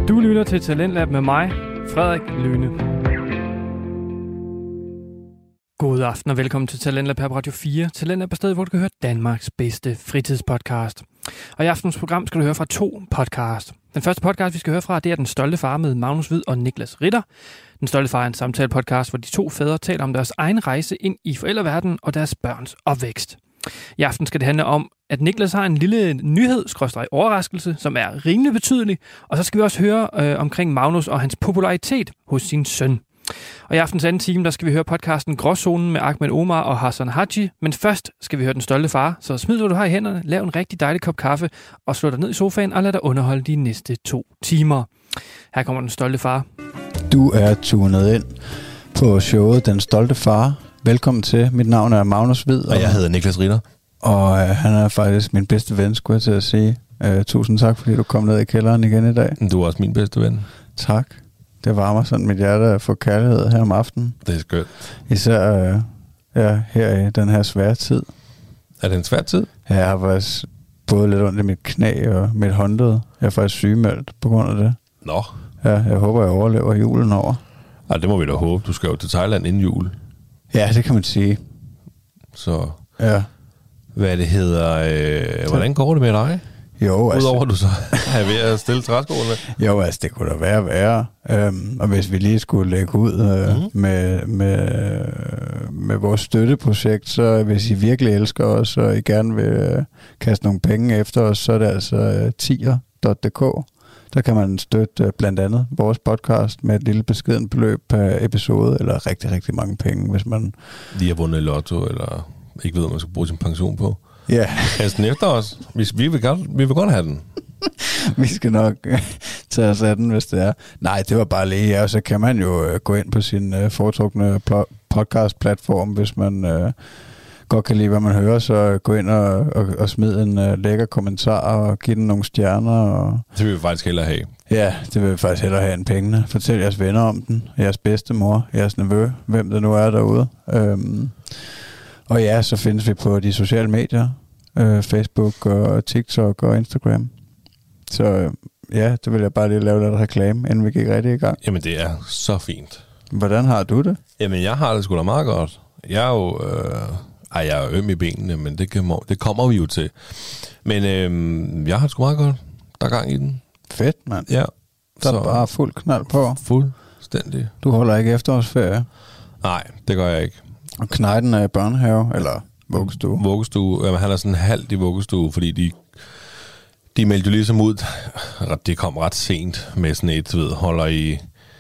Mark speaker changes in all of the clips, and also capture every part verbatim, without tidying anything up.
Speaker 1: Du lytter til Talentlab med mig, Frederik Lyne. God aften og velkommen til Talentlab her på Radio fire. Talentlab er stedet, hvor du kan høre Danmarks bedste fritidspodcast. Og i aftens program skal du høre fra to podcast. Den første podcast, vi skal høre fra, det er Den Stolte Far med Magnus Hvid og Niklas Ritter. Den Stolte Far er en samtale-podcast, hvor de to fædre taler om deres egen rejse ind i forældreverdenen og deres børns opvækst. I aften skal det handle om, at Niklas har en lille nyhed, skråstreg overraskelse, som er rimelig betydelig. Og så skal vi også høre øh, omkring Magnus og hans popularitet hos sin søn. Og i aftens anden time, der skal vi høre podcasten Gråzonen med Ahmed Omar og Hassan Haji. Men først skal vi høre Den Stolte Far. Så smid hvad du har i hænderne, lav en rigtig dejlig kop kaffe og slå dig ned i sofaen og lad dig underholde de næste to timer. Her kommer Den Stolte Far.
Speaker 2: Du er tunet ind på showet Den Stolte Far. Velkommen til. Mit navn er Magnus Hvid.
Speaker 3: Og jeg hedder Niklas Ritter.
Speaker 2: Og øh, han er faktisk min bedste ven, skulle jeg til at sige. Øh, tusind tak, fordi du kom ned i kælderen igen i dag.
Speaker 3: Du er også min bedste ven.
Speaker 2: Tak. Det varmer sådan mit hjerte at få kærlighed her om aftenen.
Speaker 3: Det er skønt.
Speaker 2: Især øh, ja, her i den her svære tid.
Speaker 3: Er det en svær tid?
Speaker 2: Ja, jeg har faktisk både lidt ondt i mit knæ og mit håndled. Jeg er faktisk sygemeldt på grund af det.
Speaker 3: Nå.
Speaker 2: Ja, jeg håber, jeg overlever julen over.
Speaker 3: Ej, det må vi da håbe. Du skal jo til Thailand inden jul.
Speaker 2: Ja, det kan man sige.
Speaker 3: Så
Speaker 2: ja.
Speaker 3: Hvad det hedder... Øh, hvordan går det med dig?
Speaker 2: Jo, altså...
Speaker 3: Udover at du så er ved at stille træskoene.
Speaker 2: Jo, altså det kunne da være værre. Øhm, og hvis vi lige skulle lægge ud øh, mm-hmm. med, med, med vores støtteprojekt, så hvis I virkelig elsker os, og I gerne vil øh, kaste nogle penge efter os, så er det altså øh, tier punktum d k. Der kan man støtte øh, blandt andet vores podcast med et lille beskeden beløb per episode, eller rigtig, rigtig mange penge, hvis man...
Speaker 3: Lige har vundet i lotto, eller ikke ved, hvad man skal bruge sin pension på.
Speaker 2: Ja.
Speaker 3: Kast den efter os. Vi, vi, vil godt, vi vil godt have den.
Speaker 2: Vi skal nok øh, tage os af den, hvis det er. Nej, det var bare lige, ja, og så kan man jo øh, gå ind på sin øh, foretrukne pl- podcast-platform, hvis man øh, godt kan lide, hvad man hører, så gå ind og, og, og smid en øh, lækker kommentar og give den nogle stjerner. Og...
Speaker 3: Det vil vi faktisk hellere have.
Speaker 2: Ja, det vil vi faktisk hellere have end pengene. Fortæl jeres venner om den, jeres bedstemor, jeres nevø, hvem det nu er derude. Øhm, og ja, så findes vi på de sociale medier, øh, Facebook og TikTok og Instagram. Så øh, ja, det vil jeg bare lige lave lidt reklame, inden vi gik rigtig i gang.
Speaker 3: Jamen, det er så fint.
Speaker 2: Hvordan har du det?
Speaker 3: Jamen, jeg har det sgu da meget godt. Jeg er jo... Øh, ej, jeg er øm i benene, men det, kan, det kommer vi jo til. Men øh, jeg har det sgu meget godt. Der er gang i den.
Speaker 2: Fedt, mand.
Speaker 3: Ja.
Speaker 2: Der er bare fuld knald på.
Speaker 3: Fuldstændig.
Speaker 2: Du holder ikke efterårsferie?
Speaker 3: Nej, det gør jeg ikke. Og
Speaker 2: Knejden er i børnehave, eller vuggestue?
Speaker 3: Vuggestue. Jamen, han er sådan halvt i vuggestue, fordi de, de meldte jo ligesom ud. Det kom ret sent med sådan et, du ved, holder i...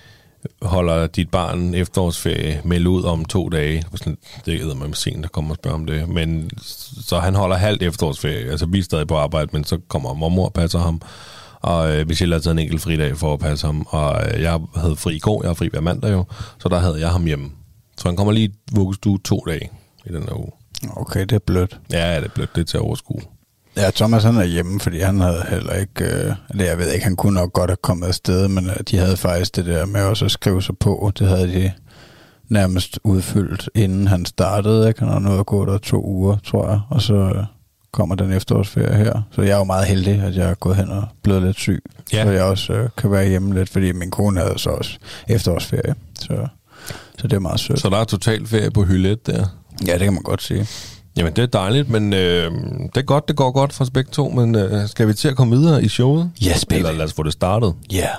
Speaker 3: holder dit barn efterårsferie, meld ud om to dage. Det hedder man sent, der kommer og spørger om det. Men så han holder halvt efterårsferie. Altså, vi er stadig på arbejde, men så kommer mormor og passer ham. Og øh, hvis jeg havde taget en enkelt fridag for at passe ham. Og øh, jeg havde fri i går, jeg har fri hver mandag jo. Så der havde jeg ham hjemme. Så han kommer lige i vuggestue to dage i den her uge.
Speaker 2: Okay, det er blødt.
Speaker 3: Ja, det er blødt. Det er til at overskue.
Speaker 2: Ja, Thomas han er hjemme, fordi han havde heller ikke, øh, eller jeg ved ikke, han kunne nok godt have kommet afsted, men øh, de havde faktisk det der med også at skrive sig på, det havde de nærmest udfyldt, inden han startede, ikke? Han har nået at gå der to uger, tror jeg, og så øh, kommer den efterårsferie her. Så jeg er jo meget heldig, at jeg er gået hen og blevet lidt syg, ja. Så jeg også øh, kan være hjemme lidt, fordi min kone havde så også efterårsferie, så, så det er meget sødt.
Speaker 3: Så der er total ferie på hylde et der?
Speaker 2: Ja, det kan man godt sige.
Speaker 3: Jamen, det er dejligt, men øh, det er godt, det går godt for os begge to, men øh, skal vi til at komme videre i showet?
Speaker 2: Yes, baby.
Speaker 3: Eller lad os få det startet.
Speaker 2: Ja. Yeah.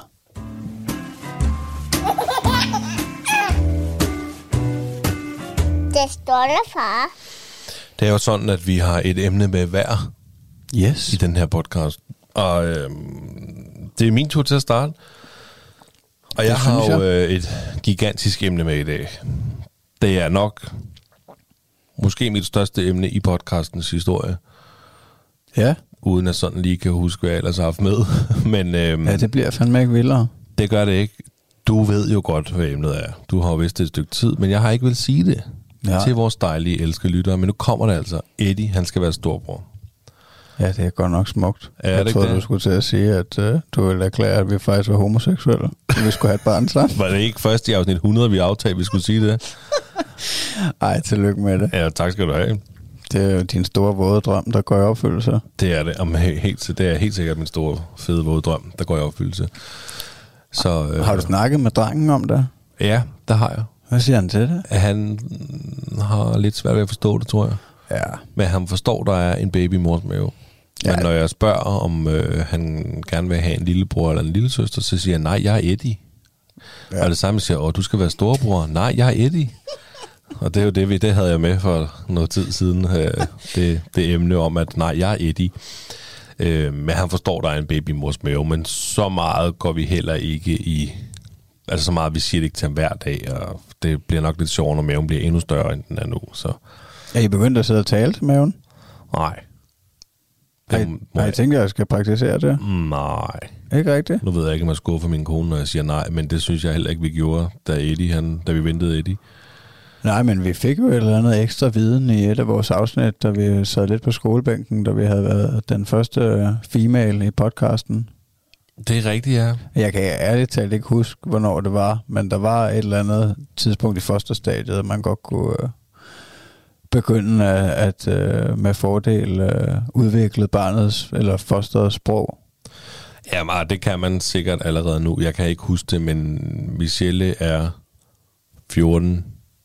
Speaker 4: Det Stolte Far.
Speaker 3: Det er jo sådan, at vi har et emne med hver
Speaker 2: yes.
Speaker 3: i den her podcast. Og øh, det er min tur til at starte. Og det jeg har jo øh, et gigantisk emne med i dag. Det er nok... måske mit største emne i podcastens historie.
Speaker 2: Ja.
Speaker 3: Uden at sådan lige kan huske, hvad jeg ellers har haft med. Men, øhm,
Speaker 2: ja, det bliver fandme ikke vildere.
Speaker 3: Det gør det ikke. Du ved jo godt, hvad emnet er. Du har jo vidst det et stykke tid, men jeg har ikke vil sige det ja. til vores dejlige, elskede lyttere. Men nu kommer det altså. Eddie, han skal være storbror.
Speaker 2: Ja, det er godt nok smukt.
Speaker 3: Er
Speaker 2: jeg
Speaker 3: det
Speaker 2: troede,
Speaker 3: det?
Speaker 2: Du skulle til at sige, at uh, du ville erklære, at vi faktisk var homoseksuelle. Vi skulle have et barn sammen.
Speaker 3: Var det ikke først i afsnit hundrede, vi aftalte, vi skulle sige det?
Speaker 2: Ej, tillykke med det.
Speaker 3: Ja, tak skal du have.
Speaker 2: Det er jo din store våde drøm, der går i opfyldelse.
Speaker 3: Det er det. Jamen, helt, det er helt sikkert min store, fede våde drøm, der går i opfyldelse. Så, øh,
Speaker 2: har du snakket med drengen om det?
Speaker 3: Ja, det har jeg.
Speaker 2: Hvad siger han til det?
Speaker 3: Han har lidt svært ved at forstå det, tror jeg.
Speaker 2: Ja.
Speaker 3: Men han forstår, der er en baby i mors mave. Ja. Men når jeg spørger, om øh, han gerne vil have en lillebror eller en lillesøster, så siger han, nej, jeg er Eddie. Ja. Og det samme siger, åh, du skal være storebror. Nej, jeg er Eddie. Og det er jo det, vi, det havde jeg med for noget tid siden, øh, det, det emne om, at nej, jeg er Eddie. Øh, men han forstår, der er en baby i mors mave, men så meget går vi heller ikke i... Altså så meget, vi siger det ikke til ham hver dag, og det bliver nok lidt sjovere, når maven bliver endnu større, end den er nu. Så.
Speaker 2: Er I begyndt at sidde og tale til maven?
Speaker 3: Nej.
Speaker 2: Har I, har I tænkt, at jeg skal praktisere det?
Speaker 3: Nej.
Speaker 2: Ikke rigtigt?
Speaker 3: Nu ved jeg ikke, om jeg skuffer min kone, når jeg siger nej, men det synes jeg heller ikke, vi gjorde, da, Eddie, han, da vi ventede Eddie.
Speaker 2: Nej, men vi fik jo et eller andet ekstra viden i et af vores afsnit, da vi sad lidt på skolebænken, da vi havde været den første female i podcasten.
Speaker 3: Det er rigtigt, ja.
Speaker 2: Jeg kan ærligt talt ikke huske, hvornår det var, men der var et eller andet tidspunkt i fosterstadiet, at man godt kunne øh, begynde at, at øh, med fordel øh, udvikle barnets eller fosterets sprog.
Speaker 3: Jamen, det kan man sikkert allerede nu. Jeg kan ikke huske det, men Michelle er fjorten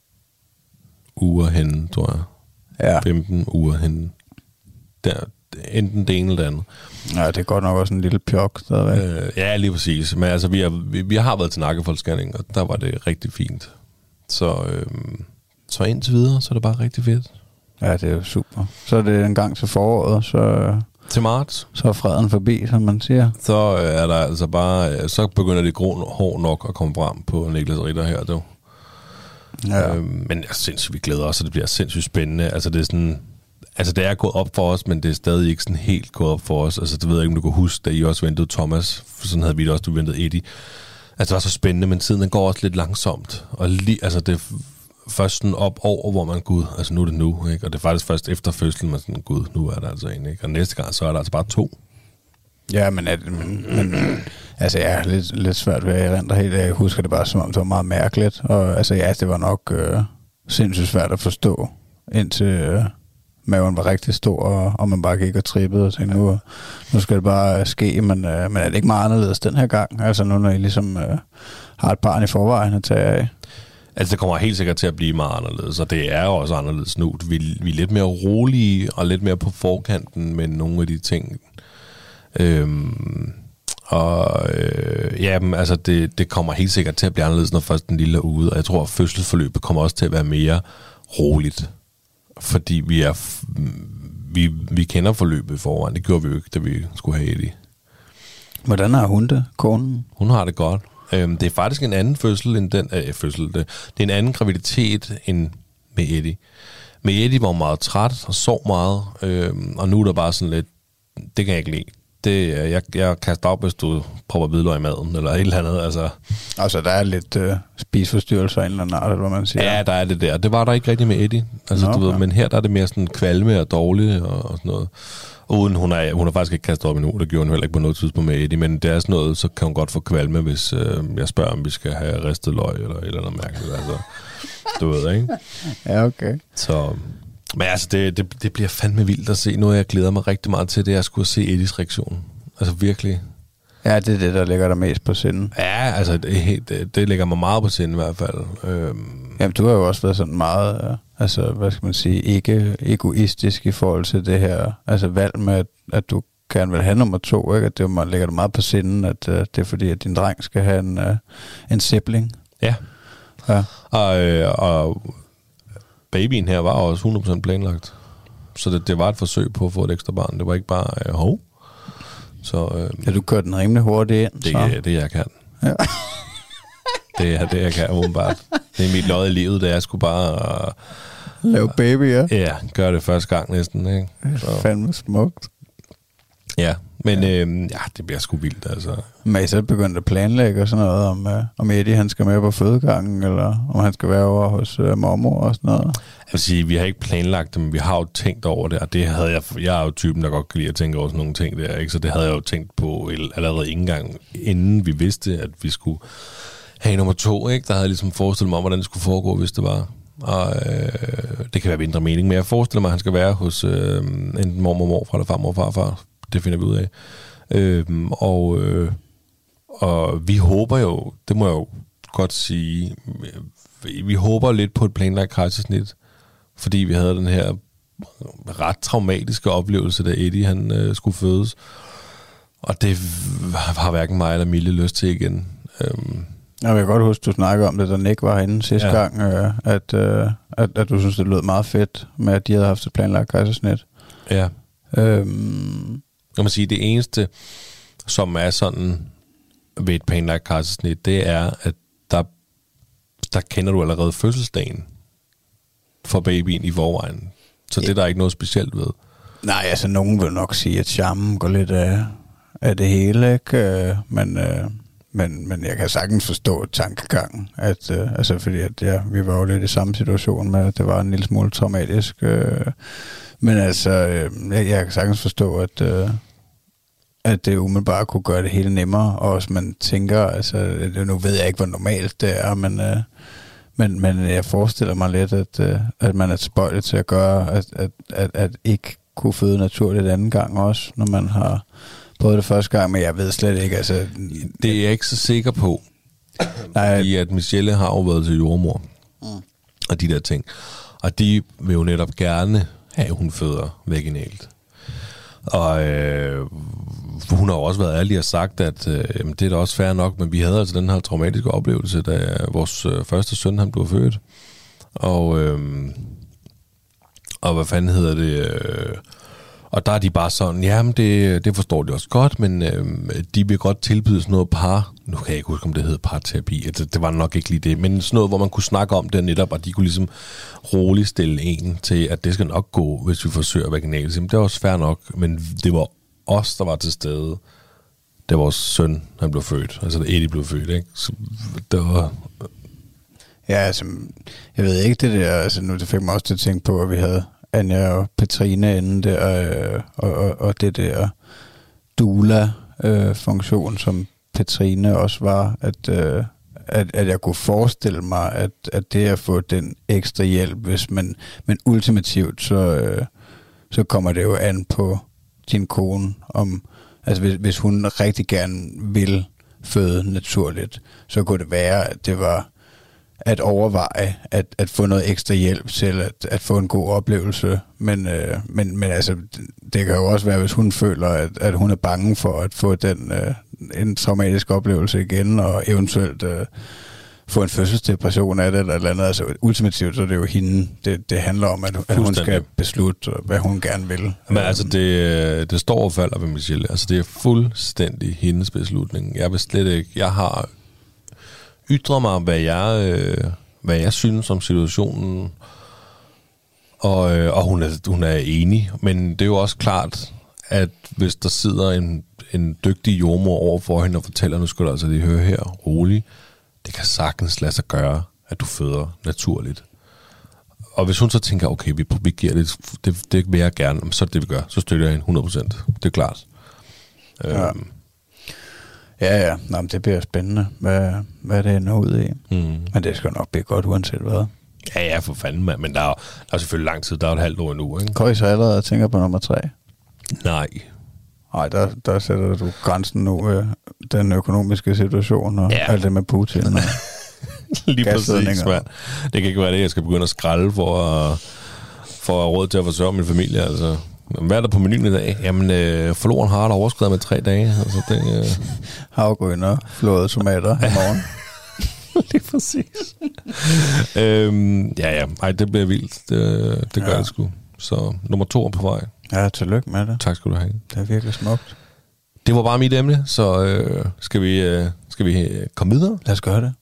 Speaker 3: uger henne, tror jeg.
Speaker 2: Ja.
Speaker 3: femten uger henne. Der, enten det ene eller det andet.
Speaker 2: Ja, det er godt nok også en lille pjok.
Speaker 3: Øh, ja, lige præcis. Men altså, vi har, vi, vi har været til nakkefoldsscanning, og der var det rigtig fint. Så, øh, så indtil videre, så er det bare rigtig fedt.
Speaker 2: Ja, det er jo super. Så er det en gang til foråret, så...
Speaker 3: Til marts.
Speaker 2: Så er freden forbi, som man siger.
Speaker 3: Så er der altså bare... Så begynder det grå hår nok at komme frem på Niklas Ritter her, du.
Speaker 2: Ja.
Speaker 3: Øhm, men jeg synes, vi glæder os, og det bliver sindssygt spændende. Altså, det er sådan... Altså, det er gået op for os, men det er stadig ikke sådan helt gået op for os. Altså, det ved jeg ikke, om du kan huske, da I også ventede Thomas. For sådan havde vi det også, du ventede Eddie. Altså, det var så spændende, men tiden den går også lidt langsomt. Og lige, altså, det er først sådan op over, hvor man, gud, altså nu er det nu, ikke? Og det er faktisk først efter fødslen, man sådan, gud, nu er der altså en, ikke? Og næste gang, så er der altså bare to.
Speaker 2: Ja, men, at, men, men altså, jeg er lidt, lidt svært ved at erindre helt. Jeg husker det bare, som om det var meget mærkeligt. Og altså, ja, det var nok øh, sindssygt svært at forstå, indtil øh, maven var rigtig stor, og, og man bare gik og trippede og tænkte, nu, nu skal det bare ske. Men, øh, men er det ikke meget anderledes den her gang? Altså nu, når I ligesom øh, har et barn i forvejen at tage af.
Speaker 3: Altså, det kommer helt sikkert til at blive meget anderledes, og det er jo også anderledes nu. Vi, vi er lidt mere rolige og lidt mere på forkanten med nogle af de ting. Øhm, og øh, ja, men, altså, det, det kommer helt sikkert til at blive anderledes, når først den lille er ude. Og jeg tror, at fødselsforløbet kommer også til at være mere roligt, fordi vi er vi, vi kender forløbet i forvejen. Det gjorde vi jo ikke, da vi skulle have Eddie.
Speaker 2: Hvordan har hun det, konen?
Speaker 3: Hun har det godt. Øhm, det er faktisk en anden fødsel end den øh, fødsel. Det, det er en anden graviditet end med Eddie. Med Eddie var hun meget træt og sov meget, øhm, og nu er der bare sådan lidt, det kan jeg ikke lide. Det, jeg, jeg kaster op, hvis du propper hvidløg i maden, eller et eller andet. Altså,
Speaker 2: altså der er lidt øh, spiseforstyrrelser af en eller anden art, hvad man siger.
Speaker 3: Ja, der er det der. Det var der ikke rigtig med Eddie. Altså,
Speaker 2: Nå,
Speaker 3: du ved,
Speaker 2: ja.
Speaker 3: Men her der er det mere sådan kvalme og dårligt og, og sådan noget. Uden hun er, hun har faktisk ikke kastet op endnu, det gjorde hun heller ikke på noget tidspunkt med Eddie, men det er sådan noget, så kan hun godt få kvalme, hvis øh, jeg spørger, om vi skal have ristet løg eller et eller andet mærkeligt. Altså, du ved, ikke?
Speaker 2: Ja, okay.
Speaker 3: Så, men altså, det, det, det bliver fandme vildt at se. Noget, jeg glæder mig rigtig meget til, det er at skulle se Eddies reaktion. Altså virkelig.
Speaker 2: Ja, det er det, der ligger der mest på sinden.
Speaker 3: Ja, altså, det, det, det ligger mig meget på sinden i hvert fald. Øhm.
Speaker 2: Jamen, du har jo også været sådan meget, øh, altså, hvad skal man sige, ikke egoistisk i forhold til det her, altså valg med, at, at du gerne vil have nummer to, ikke? At det man ligger det meget på sinden, at uh, det er fordi, at din dreng skal have en, uh, en sibling.
Speaker 3: Ja.
Speaker 2: Ja.
Speaker 3: Og, øh, og babyen her var også hundrede procent planlagt. Så det, det var et forsøg på at få et ekstra barn. Det var ikke bare øh, hov. Så, øh,
Speaker 2: ja, du kørte den rimelig hurtigt ind.
Speaker 3: Det
Speaker 2: så.
Speaker 3: er det, jeg kan. Ja. Det er det, jeg kan, åbenbart. Det er mit lod i livet, det er sgu bare...
Speaker 2: Uh, lave baby, ja.
Speaker 3: Ja, gør det første gang næsten, ikke?
Speaker 2: Så. Fandme smukt.
Speaker 3: Ja, men ja. Øh, ja, det bliver sgu vildt, altså.
Speaker 2: Men I så begyndt at planlægge og sådan noget, om, uh, om Eddie han skal med på fødegangen, eller om han skal være over hos uh, mormor og sådan noget?
Speaker 3: Jeg vil sige, vi har ikke planlagt det, men vi har jo tænkt over det, og det havde jeg... Jeg er jo typen, der godt kan lide at tænke over sådan nogle ting der, ikke? Så det havde jeg jo tænkt på allerede ikke engang, inden vi vidste, at vi skulle have nummer to, ikke? Der havde jeg ligesom forestillet mig om, hvordan det skulle foregå, hvis det var. Og øh, det kan være mindre mening, men jeg forestiller mig, at han skal være hos øh, enten mormor, morfar eller farmor og farfar. Det finder vi ud af. Øh, og, øh, og vi håber jo, det må jeg jo godt sige, vi håber lidt på et planlagt kejsersnit, fordi vi havde den her ret traumatiske oplevelse, da Eddie han øh, skulle fødes. Og det har hverken mig eller Mille lyst til igen. Øhm.
Speaker 2: Jeg kan godt huske, du snakkede om det, da Nick var herinde sidste ja. gang, øh, at, øh, at, at du synes, det lød meget fedt med, at de havde haft et planlagt kejsersnit.
Speaker 3: Ja.
Speaker 2: Øhm.
Speaker 3: Jeg må sige, det eneste, som er sådan ved et planlagt kejsersnit, det er, at der, der kender du allerede fødselsdagen for babyen i forvejen. Så det er der ikke noget specielt ved.
Speaker 2: Nej, altså nogen vil nok sige, at charmen går lidt af, af det hele, ikke? Men, øh, men, men jeg kan sagtens forstå tankegangen, at, øh, altså fordi at, ja, vi var jo lidt i samme situation med, at det var en lille smule traumatisk. Øh, men altså, øh, jeg, jeg kan sagtens forstå, at, øh, at det umiddelbart kunne gøre det hele nemmere, og også man tænker, altså nu ved jeg ikke, hvor normalt det er, men... Øh, Men, men jeg forestiller mig lidt, at, at man er tilbøjelig til at gøre, at, at, at, at ikke kunne føde naturligt anden gang også, når man har prøvet det første gang, men jeg ved slet ikke. Altså,
Speaker 3: det er jeg ikke så sikker på, nej, fordi at Michelle har jo været til jordmor, mm. og de der ting. Og de vil jo netop gerne have, at hun føder vaginalt. Og øh, hun har jo også været ærlig og sagt, at øh, jamen, det er da også fair nok, men vi havde altså den her traumatiske oplevelse, da vores øh, første søn han blev født. Og, øh, og hvad fanden hedder det? Øh, og der er de bare sådan, jamen det, det forstår de også godt, men øh, de vil godt tilbyde sådan noget par, nu kan jeg ikke huske, om det hedder parterapi, det, det var nok ikke lige det, men sådan noget, hvor man kunne snakke om det netop, og de kunne ligesom roligt stille en til, at det skal nok gå, hvis vi forsøger vaginalt. Det var også fair nok, men det var os, der var til stede, da vores søn han blev født, altså da Eddie blev født, ikke? Så det var...
Speaker 2: Ja, altså, jeg ved ikke det der, altså nu det fik mig også til at tænke på, at vi havde Anja og Petrine inden der, og, og, og det der doula-funktion, øh, som Petrine også var, at, øh, at, at jeg kunne forestille mig, at, at det at få den ekstra hjælp, hvis man, men ultimativt, så, øh, så kommer det jo an på din kone, om, altså hvis, hvis hun rigtig gerne vil føde naturligt, så kunne det være, at det var at overveje at, at få noget ekstra hjælp til at, at få en god oplevelse. Men, øh, men, men altså, det kan jo også være, hvis hun føler, at, at hun er bange for at få den øh, en traumatisk oplevelse igen, og eventuelt øh, få en fødselsdepression af det, eller eller andet. Altså, ultimativt så er det jo hende, det, det handler om, at, at hun skal beslutte, hvad hun gerne vil.
Speaker 3: Men altså, det, det står og falder ved Michelle. Altså, det er fuldstændig hendes beslutning. Jeg vil slet ikke... Jeg har ytret mig, hvad jeg, øh, hvad jeg synes om situationen, og, øh, og hun, er, hun er enig, men det er jo også klart, at hvis der sidder en, en dygtig jordmor over for hende og fortæller, nu skal du altså lige høre her, roligt, det kan sagtens lade sig gøre, at du føder naturligt. Og hvis hun så tænker, okay, vi, vi giver det, det, det vil jeg gerne, så er det det, vi gør, så støtter jeg hende hundrede procent. Det er klart.
Speaker 2: Ja. Øhm. Ja, ja. Nå, men det bliver spændende, hvad, hvad det ender ud i. Mm. Men det skal nok blive godt, uanset hvad.
Speaker 3: Ja, ja, for fanden, mand. Men der er, der er selvfølgelig lang tid. Der er et halvt år endnu, ikke?
Speaker 2: Kan I så allerede tænker på nummer tre?
Speaker 3: Nej.
Speaker 2: Nej, der, der sætter du grænsen nu, øh, den økonomiske situation og ja. Alt det med Putin. Og
Speaker 3: lige præcis, mand. Det kan ikke være det, jeg skal begynde at skralde for at, for at have råd til at forsørge min familie, altså. Hvad er der på menuen i dag? Jamen, øh, forloren har der overskredet med tre dage. Altså, det, øh...
Speaker 2: havgryn og flåede tomater i morgen.
Speaker 3: Lige præcis. øhm, ja, ja. Ej, det bliver vildt. Det, det gør ja. det sgu. Så nummer to er på vej.
Speaker 2: Ja, tillykke med det.
Speaker 3: Tak skal du have.
Speaker 2: Det er virkelig smukt.
Speaker 3: Det var bare mit emne, så øh, skal vi, øh, skal vi øh, komme videre?
Speaker 2: Lad os gøre det.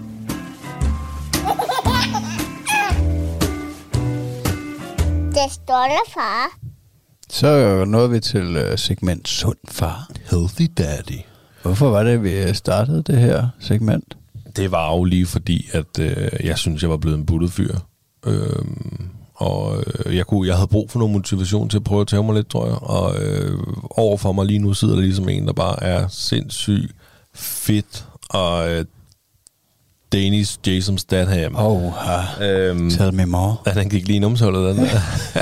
Speaker 4: Det står der, far.
Speaker 2: Så nåede vi til uh, segment Sund Far.
Speaker 3: Healthy Daddy.
Speaker 2: Hvorfor var det, vi startede det her segment?
Speaker 3: Det var jo lige fordi, at øh, jeg synes, jeg var blevet en buttet fyr. Øhm, og øh, jeg, kunne, jeg havde brug for noget motivation til at prøve at tage mig lidt, tror jeg. Og øh, overfor mig lige nu sidder der ligesom en, der bare er sindssygt fedt og øh, Danish Jason Statham.
Speaker 2: Oh, uh, øhm, tell me more.
Speaker 3: At han gik lige i numsehullet. Den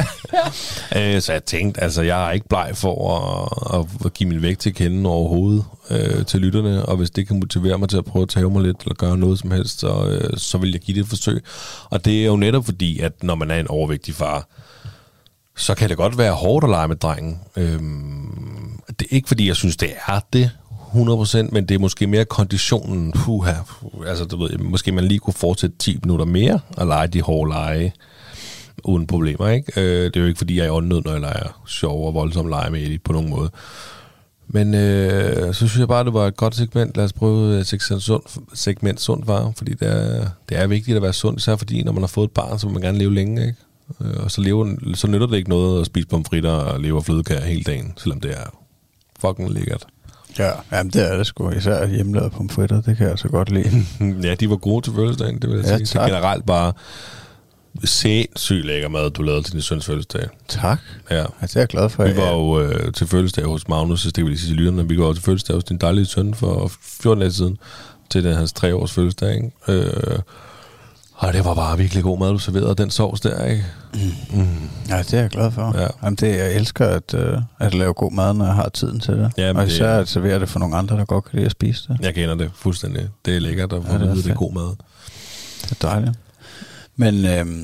Speaker 3: øh, så jeg tænkte, altså jeg er ikke bleg for at, at give min vægt til kende overhovedet øh, til lytterne, og hvis det kan motivere mig til at prøve at tage mig lidt, eller gøre noget som helst, så, øh, så vil jeg give det et forsøg. Og det er jo netop fordi, at når man er en overvægtig far, så kan det godt være hårdt at lege med drengen. Øhm, det er ikke fordi, jeg synes, det er det hundrede procent, men det er måske mere konditionen. Puha, puh, altså, du ved, måske man lige kunne fortsætte ti minutter mere og lege de hårde lege uden problemer, ikke? Øh, det er jo ikke fordi, jeg er åndnød, når jeg leger sjov og voldsom lege med Eddie på nogen måde. Men øh, så synes jeg bare, det var et godt segment. Lad os prøve segment sund, segment sund far, fordi det er, det er vigtigt at være sund, især fordi, når man har fået et barn, så vil man gerne leve længe, ikke? Og så, lever, så nytter det ikke noget at spise pomfritter og leve af flødekager hele dagen, selvom det er fucking lækkert.
Speaker 2: Ja, jamen det er det sgu. Især hjemmelavet pomfritter, det kan jeg så godt lide.
Speaker 3: Ja, de var gode til fødselsdagen, det vil jeg ja, sige. Så generelt bare sindssygt lækker mad, du lavede til din søns fødselsdag.
Speaker 2: Tak.
Speaker 3: Ja.
Speaker 2: Ja, det er jeg glad for.
Speaker 3: Vi var jo øh, til fødselsdag hos Magnus, det vil jeg sige til lytterne, vi var jo til fødselsdag hos din dejlige søn for fjorten dage siden, til den hans tre års fødselsdag, ikke? Øh, Og det var bare virkelig god mad, du serverede den sovs der, ikke?
Speaker 2: Mm. Mm. Ja, det er jeg glad for.
Speaker 3: Ja.
Speaker 2: Jamen, det, jeg elsker at, uh, at lave god mad, når jeg har tiden til det.
Speaker 3: Jamen,
Speaker 2: og især
Speaker 3: det,
Speaker 2: at servere det for nogle andre, der godt kan lide at spise det.
Speaker 3: Jeg kender det fuldstændig. Det er lækkert at få ja, det, det er god mad.
Speaker 2: Det er dejligt. Men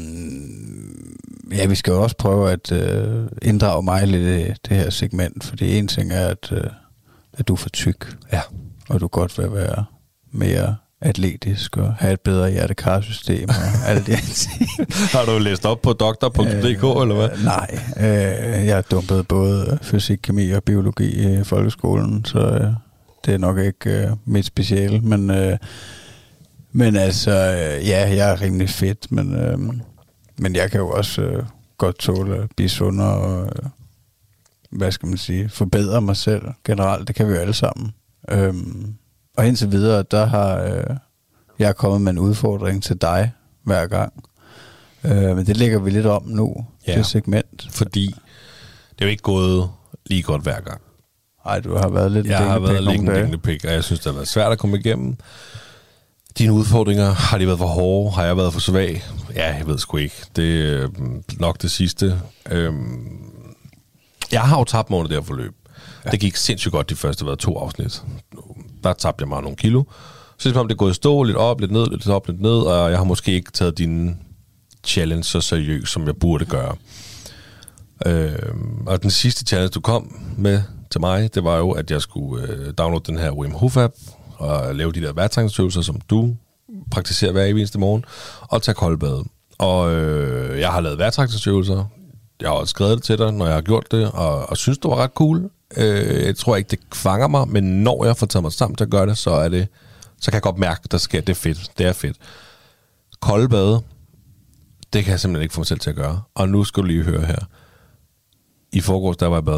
Speaker 2: øhm, ja, vi skal jo også prøve at øh, inddrage mig lidt i det her segment, fordi en ting er, at, øh, at du er for tyk.
Speaker 3: Ja.
Speaker 2: Og du godt vil være mere atletisk og have et bedre hjertekarsystem og alle de her ting.
Speaker 3: Har du læst op på doktor punktum d k, øh, eller hvad?
Speaker 2: Nej, øh, jeg har dumpet både fysik, kemi og biologi i folkeskolen, så øh, det er nok ikke øh, mit speciale, men, øh, men altså, øh, ja, jeg er rimelig fedt, men, øh, men jeg kan jo også øh, godt tåle at blive sundere og, øh, hvad skal man sige, forbedre mig selv generelt, det kan vi jo alle sammen. Øh, Og indtil videre, der har øh, jeg kommet med en udfordring til dig hver gang. Øh, men det lægger vi lidt om nu, ja, det segment.
Speaker 3: Fordi det er jo ikke gået lige godt hver gang.
Speaker 2: Nej, du har været lidt en
Speaker 3: Jeg har været lidt en dænglepik, og jeg synes, det har været svært at komme igennem. Dine udfordringer, har de været for hårde? Har jeg været for svag? Ja, jeg ved sgu ikke. Det er nok det sidste. Øhm, jeg har jo tabt mig under det her forløb. Ja. Det gik sindssygt godt de første været to afsnit. Der tabte jeg mig nogle kilo. Så det er, det er gået i stå, lidt op, lidt ned, lidt op, lidt ned, og jeg har måske ikke taget dine challenge så seriøst, som jeg burde gøre. Øh, og den sidste challenge, du kom med til mig, det var jo, at jeg skulle øh, downloade den her Wim Hof app og lave de der vejrtrækningsøvelser, som du praktiserer hver eneste morgen, og tage koldbad. Og øh, jeg har lavet vejrtrækningsøvelser. Jeg har også skrevet det til dig, når jeg har gjort det, og, og synes, det var ret cool. Øh, jeg tror ikke, det fanger mig, men når jeg får taget mig sammen til at gøre det, så er det, så kan jeg godt mærke, at der sker, det er fedt. Det er fedt. Koldbade, det kan jeg simpelthen ikke få mig selv til at gøre. Og nu skal du lige høre her. I forgårs, der var jeg i bad.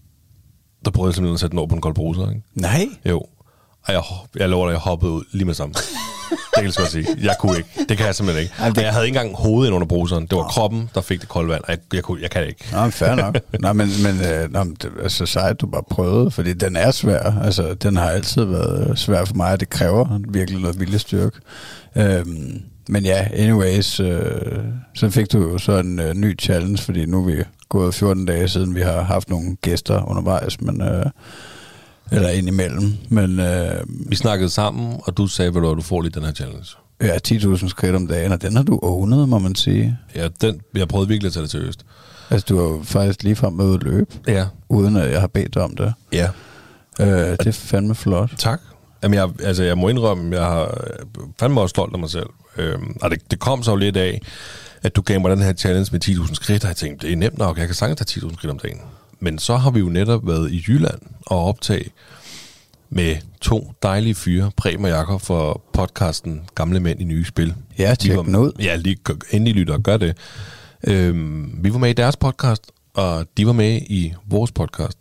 Speaker 3: Der prøvede jeg simpelthen at sætte den over på en kold bruser, ikke?
Speaker 2: Nej.
Speaker 3: Jo. Og jeg, jeg lover dig, jeg hoppede ud lige med sammen. Det kan jeg godt sige. Jeg kunne ikke. Det kan jeg simpelthen ikke. Jamen, det... Jeg havde ikke engang hovedet ind under bruseren. Det var kroppen, der fik det kolde vand. Jeg, jeg, kunne, jeg kan det ikke.
Speaker 2: Nå, fair nok. Nå, men, men øh, nå, det er så sejt, du bare prøvede, fordi den er svær. Altså, den har altid været svær for mig, og det kræver virkelig noget viljestyrke. Øhm, men ja, anyways, øh, så fik du jo så en øh, ny challenge, fordi nu er vi gået fjorten dage siden, vi har haft nogle gæster undervejs, men... Øh, eller indimellem, men... Øh,
Speaker 3: vi snakkede sammen, og du sagde, at du får lige den her challenge.
Speaker 2: Ja, ti tusind skridt om dagen, og den har du ownet, må man sige.
Speaker 3: Ja, den, jeg prøvede virkelig at tage det seriøst.
Speaker 2: Altså, du har jo faktisk ligefrem med at løbe,
Speaker 3: ja, uden
Speaker 2: at jeg har bedt dig om det.
Speaker 3: Ja.
Speaker 2: Øh, det er fandme flot.
Speaker 3: Tak. Jamen, jeg, altså, jeg må indrømme, jeg har fandme også stolt af mig selv. Øhm, og det, det kom så jo lidt af, at du gav mig den her challenge med ti tusind skridt, og jeg tænkte, det er nemt nok, jeg kan sagtens tage ti tusind skridt om dagen. Men så har vi jo netop været i Jylland og optage med to dejlige fyre, Preben og Jakob, for podcasten Gamle Mænd i Nye Spil.
Speaker 2: Ja, tjek den ud.
Speaker 3: Ja, lige endelig lytter og gør det. Øhm, vi var med i deres podcast, og de var med i vores podcast.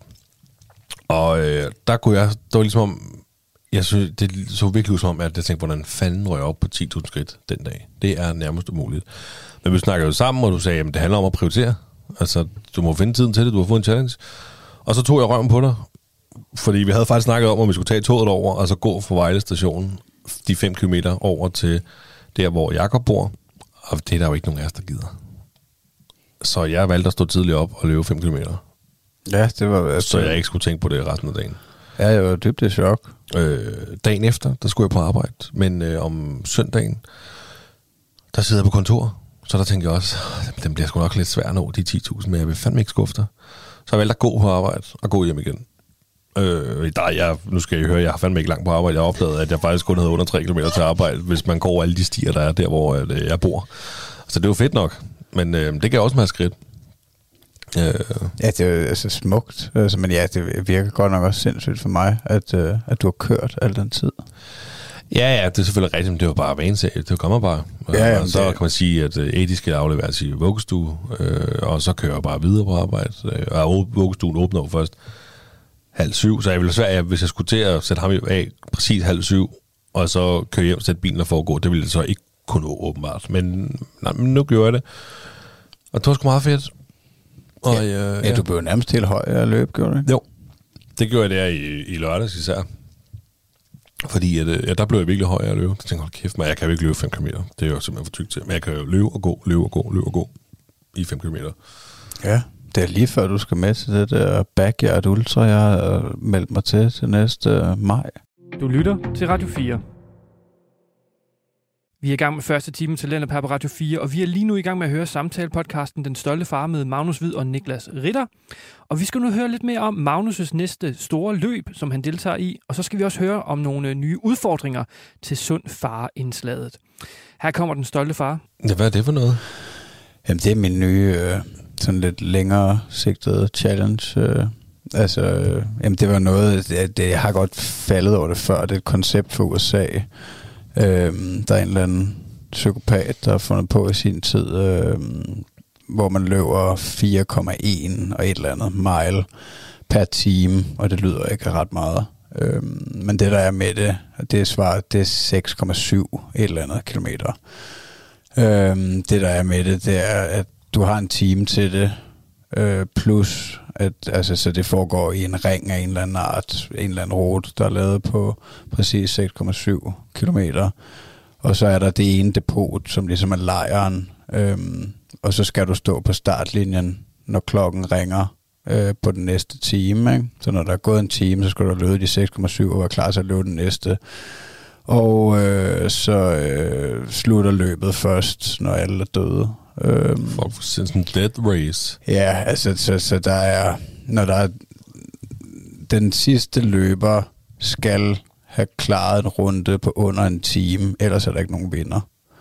Speaker 3: Og øh, der kunne jeg, det var ligesom om, jeg synes, det så virkelig ud som om, at jeg tænkte, hvordan fanden røg op på ti tusind skridt den dag. Det er nærmest umuligt. Men vi snakkede jo sammen, og du sagde, at det handler om at prioritere. Altså, du må finde tiden til det, du har fået en challenge. Og så tog jeg røven på dig, fordi vi havde faktisk snakket om, at vi skulle tage toget over, og så gå fra Vejle station de fem kilometer over til der, hvor Jakob bor, og det er der jo ikke nogen af os, der gider. Så jeg valgte at stå tidligt op og løbe fem kilometer.
Speaker 2: Ja, det var... Altså,
Speaker 3: så jeg ikke skulle tænke på det resten af dagen.
Speaker 2: Ja, jeg var dybt i chok.
Speaker 3: Øh, dagen efter, der skulle jeg på arbejde, men øh, om søndagen, der sidder jeg på kontor, så der tænkte jeg også, den bliver sgu nok lidt svær at nå, de ti tusind, men jeg vil fandme ikke skuffe dig. Så jeg valgte at gå på arbejde og gå hjem igen. Øh, der, jeg, nu skal jeg høre, jeg har fandme ikke langt på arbejde. Jeg har opdaget, at jeg faktisk kun havde under tre kilometer til arbejde, hvis man går over alle de stier, der er der, hvor øh, jeg bor. Så det var fedt nok, men øh, det gav også meget skridt. Øh.
Speaker 2: Ja, det er jo altså smukt, altså, men ja, det virker godt nok også sindssygt for mig, at, øh, at du har kørt al den tid.
Speaker 3: Ja, ja, det er selvfølgelig rigtigt, men det var bare vanesaget. Det kommer bare.
Speaker 2: Ja, ja,
Speaker 3: og så
Speaker 2: det...
Speaker 3: kan man sige, at uh, Edi skal afleveres i vuggestue, øh, og så kører jeg bare videre på arbejde. Og vuggestuen åbner jo først halv syv, så jeg ville svært, hvis jeg skulle til at sætte ham af præcis halv syv, og så køre hjem og sætte bilen og foregå, det ville det så ikke kunne nå åbenbart. Men, nej, men nu gjorde jeg det. Og det var sgu meget fedt. Og,
Speaker 2: ja,
Speaker 3: øh,
Speaker 2: ja,
Speaker 3: ja,
Speaker 2: du blev nærmest helt høj at løbe, gjorde du ikke?
Speaker 3: Jo, det gjorde jeg der i, i lørdags især. Fordi at, ja, der blev jeg virkelig høj at løbe. Jeg tænkte, hold kæft, men jeg kan jo ikke løbe fem kilometer. Det er jo simpelthen for tykt til. Men jeg kan jo løbe og gå, løbe og gå, løbe og gå i fem kilometer.
Speaker 2: Ja, det er lige før du skal med til det der Backyard Ultra, jeg har meldt mig til til næste uh, maj.
Speaker 1: Du lytter til Radio fire. Vi er i gang med første time Talenter Per på Radio fire, og vi er lige nu i gang med at høre samtale-podcasten Den Stolte Far med Magnus Hvid og Niklas Ritter. Og vi skal nu høre lidt mere om Magnus' næste store løb, som han deltager i, og så skal vi også høre om nogle nye udfordringer til Sund Far-indslaget. Her kommer Den Stolte Far.
Speaker 3: Ja, hvad er det for noget?
Speaker 2: Jamen, det er min nye, øh, sådan lidt længere sigtede challenge. Øh. Altså, øh, jamen, det var noget, det, det, jeg har godt faldet over det før. Det er et koncept for U S A. Øhm, der er en eller anden psykopat, der har fundet på i sin tid, øhm, hvor man løber fire komma en og et eller andet mile per time, og det lyder ikke ret meget. Øhm, men det, der er med det, det svarer, det er seks komma syv et eller andet kilometer. Øhm, det, der er med det, det er, at du har en time til det, øh, plus at altså, så det foregår i en ring af en eller anden art, en eller anden rute, der er lavet på præcis seks komma syv kilometer. Og så er der det ene depot, som ligesom er lejren, øhm, og så skal du stå på startlinjen, når klokken ringer øh, på den næste time. Ikke? Så når der er gået en time, så skal du løbe de seks komma syv og være klar til at løbe den næste. Og øh, så øh, slutter løbet først, når alle er døde.
Speaker 3: Øhm, For sådan en death race.
Speaker 2: Ja, altså så, så der er, når der er den sidste løber skal have klaret en runde på under en time, ellers er der ikke nogen vinder.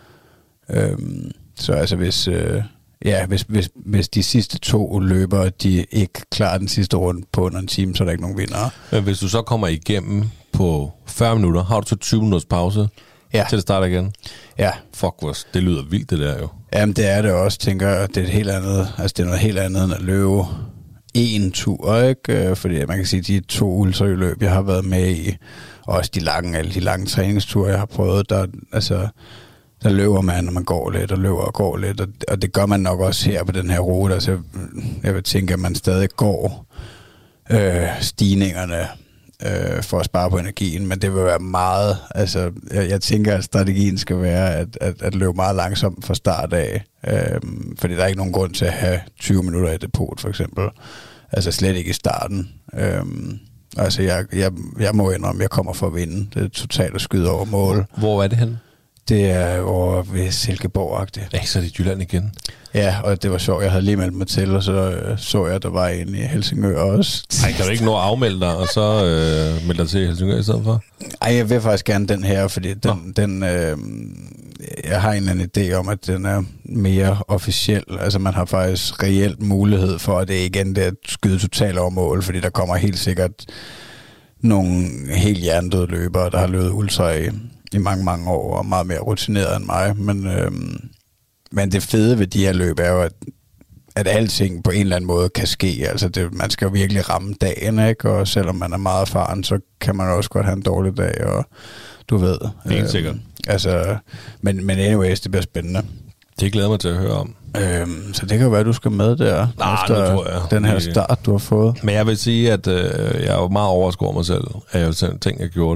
Speaker 2: Øhm, så altså hvis øh, ja, hvis, hvis, hvis de sidste to løbere, de ikke klarer den sidste runde på under en time, så er der ikke nogen vinder.
Speaker 3: Men hvis du så kommer igennem på fyrre minutter, har du så tyve minutters pause? Ja. Til det starter igen?
Speaker 2: Ja.
Speaker 3: Fuck, det lyder vildt, det der jo.
Speaker 2: Jamen, det er det også, tænker jeg. Det er et helt andet, altså det er noget helt andet end at løbe en tur, ikke? Fordi man kan sige, de to ultraløb, jeg har været med i, og også de lange, alle de lange træningsture, jeg har prøvet, der, altså, der løber man, når man går lidt, og løber og går lidt, og, og det gør man nok også her på den her rute. Altså, jeg vil tænke, at man stadig går øh, stigningerne, Øh, for at spare på energien, men det vil være meget, altså jeg, jeg tænker, at strategien skal være at, at, at løbe meget langsomt fra start af, øh, fordi der er ikke nogen grund til at have tyve minutter i depot for eksempel, altså slet ikke i starten. øh, altså jeg, jeg, jeg må indrømme, jeg kommer for at vinde, det er totalt at skyde over mål.
Speaker 3: Hvor er det henne?
Speaker 2: Det er over ved Silkeborg-agtigt.
Speaker 3: Ja, så er det i Jylland igen.
Speaker 2: Ja, og det var sjovt. Jeg havde lige meldt mig til, og så øh, så jeg, at der var en i Helsingør også.
Speaker 3: Ej, kan du ikke nå at afmelde dig, og så øh, melde dig til Helsingør i stedet for?
Speaker 2: Ej, jeg vil faktisk gerne den her, fordi den, den øh, jeg har en eller anden idé om, at den er mere officiel. Altså, man har faktisk reelt mulighed for, at det igen det er at skyde totalt over mål, fordi der kommer helt sikkert nogle helt hjernedøde løbere, der har løbet ultra i i mange, mange år, og meget mere rutineret end mig. Men, øhm, men det fede ved de her løb er jo, at, at alting på en eller anden måde kan ske. Altså, det, man skal jo virkelig ramme dagen, ikke? Og selvom man er meget erfaren, så kan man også godt have en dårlig dag, og du ved.
Speaker 3: Helt øhm, sikkert.
Speaker 2: Altså, men, men anyways, det bliver spændende.
Speaker 3: Det glæder mig til at høre om.
Speaker 2: Øhm, så det kan jo være, at du skal med der,
Speaker 3: Nej,
Speaker 2: efter
Speaker 3: tror jeg.
Speaker 2: den her start, du har fået.
Speaker 3: Men jeg vil sige, at øh, jeg er jo meget overrasket over mig selv, at jeg tænkte, at jeg gjorde det.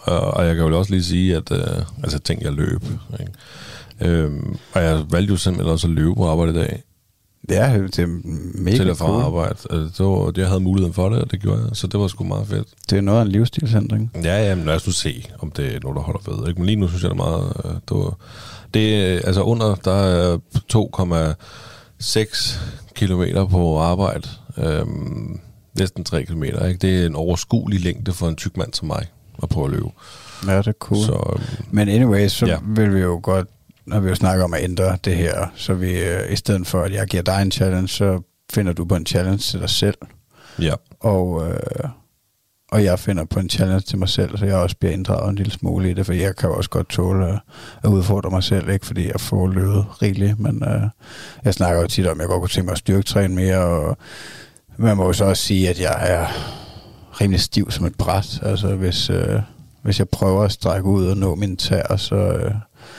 Speaker 3: Og, og jeg kan jo også lige sige, at øh, altså, tænk, jeg løb. Ikke? Øhm, og jeg valgte jo simpelthen også at løbe på arbejde i dag.
Speaker 2: Ja, det er mega
Speaker 3: til og fra
Speaker 2: cool.
Speaker 3: arbejde. Altså, det var, jeg havde muligheden for det, og det gjorde jeg. Så det var sgu meget fedt.
Speaker 2: Det er noget af en livsstilsændring.
Speaker 3: Ja, ja, men lad os nu se, om det er noget, der holder ved. Ikke? Men lige nu synes jeg, det er meget... Øh, det, var, det er altså under, der er to komma seks kilometer på arbejde. Øhm, næsten tre kilometer. Ikke? Det er en overskuelig længde for en tyk mand som mig at prøve at løbe.
Speaker 2: Ja, det er cool.
Speaker 3: Så, øhm,
Speaker 2: men anyways, så
Speaker 3: ja.
Speaker 2: vil vi jo godt... Når vi jo snakker om at ændre det her, så vi øh, i stedet for, at jeg giver dig en challenge, så finder du på en challenge til dig selv.
Speaker 3: Ja.
Speaker 2: Og, øh, og jeg finder på en challenge til mig selv, så jeg også bliver inddraget en lille smule i det, for jeg kan jo også godt tåle at, at udfordre mig selv, ikke fordi jeg får løbet rigeligt, men øh, jeg snakker jo tit om, at jeg godt kunne tænke mig at styrketræne mere, og man må jo så også sige, at jeg er rimelig stiv som et bræt. Altså hvis, øh, hvis jeg prøver at strække ud og nå mine tæer, så... Øh,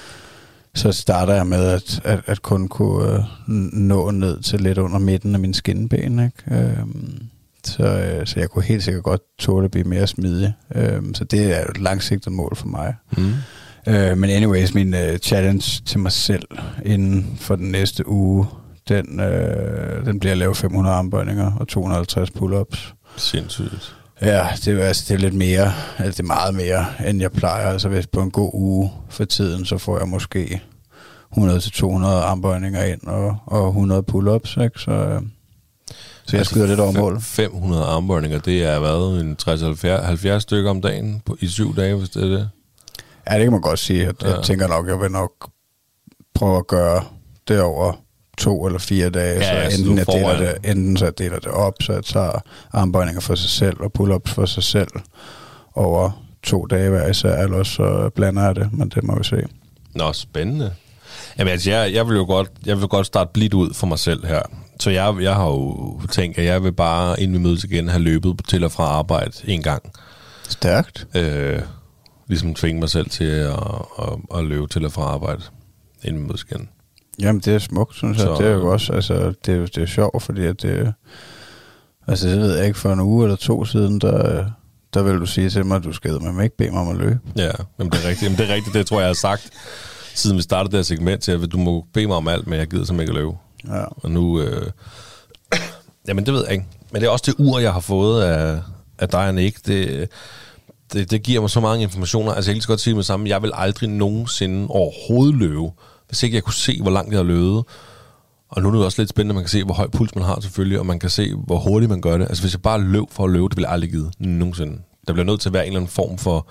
Speaker 2: så starter jeg med at, at, at kun kunne øh, nå ned til lidt under midten af mine skinben, ikke? Øhm, så, øh, så jeg kunne helt sikkert godt tåle at blive mere smidig. Øhm, så det er et langsigtet mål for mig.
Speaker 3: Mm.
Speaker 2: Øh, men anyways, min øh, challenge til mig selv inden for den næste uge, den, øh, den bliver at lave fem hundrede armbøjninger og to hundrede og halvtreds pull-ups.
Speaker 3: Sindssygt.
Speaker 2: Ja, det er, altså, det er lidt mere, altså det er meget mere, end jeg plejer. Altså hvis på en god uge for tiden, så får jeg måske hundrede til to hundrede armbøjninger ind og, og hundrede pull-ups, ikke? Så, øh, så jeg altså skyder lidt over mål.
Speaker 3: fem hundrede armbøjninger, det er hvad? En tres til halvfjerds stykker om dagen på, i syv dage, hvis det er det?
Speaker 2: Ja, det kan man godt sige. Jeg,
Speaker 3: ja.
Speaker 2: jeg tænker nok, jeg vil nok prøve at gøre det over to eller fire dage, ja, så
Speaker 3: altså,
Speaker 2: enten, jeg deler
Speaker 3: foran.
Speaker 2: det, enten så jeg deler det op, så jeg tager armbøjninger for sig selv og pull-ups for sig selv over to dage hver især, eller så blander jeg det, men det må vi se.
Speaker 3: Nå, spændende. Jamen altså, jeg, jeg vil jo godt, jeg vil godt starte blidt ud for mig selv her. Så jeg, jeg har jo tænkt, at jeg vil bare, inden vi mødes igen, have løbet til og fra arbejde en gang.
Speaker 2: Stærkt.
Speaker 3: Øh, ligesom tvinge mig selv til at, at, at løbe til og fra arbejde, inden vi mødes igen.
Speaker 2: Jamen, det er smukt, synes jeg. Så, det er jo også, altså, det er, det er sjovt, fordi at det, altså, det ved jeg ikke, for en uge eller to siden, der, der vil du sige til mig, at du skal man ikke bede mig om at løbe.
Speaker 3: Ja, jamen, det er rigtigt. Jamen, det er rigtigt, det tror jeg, jeg har sagt, siden vi startede det her segment, til at du må bede mig om alt, men jeg gider simpelthen ikke at løbe.
Speaker 2: Ja.
Speaker 3: Og nu, øh, jamen, det ved jeg ikke. Men det er også det ur, jeg har fået af, af dig og Nick. Det, det, det giver mig så mange informationer. Altså, jeg kan lige så godt sige det med sammen, jeg vil aldrig nogensinde overhovedet løbe, hvis ikke jeg kunne se, hvor langt jeg har løbet. Og nu er det også lidt spændende, at man kan se, hvor høj puls man har selvfølgelig, og man kan se, hvor hurtigt man gør det. Altså hvis jeg bare løb for at løbe, det ville jeg aldrig give nogensinde. Der bliver nødt til at være en eller anden form for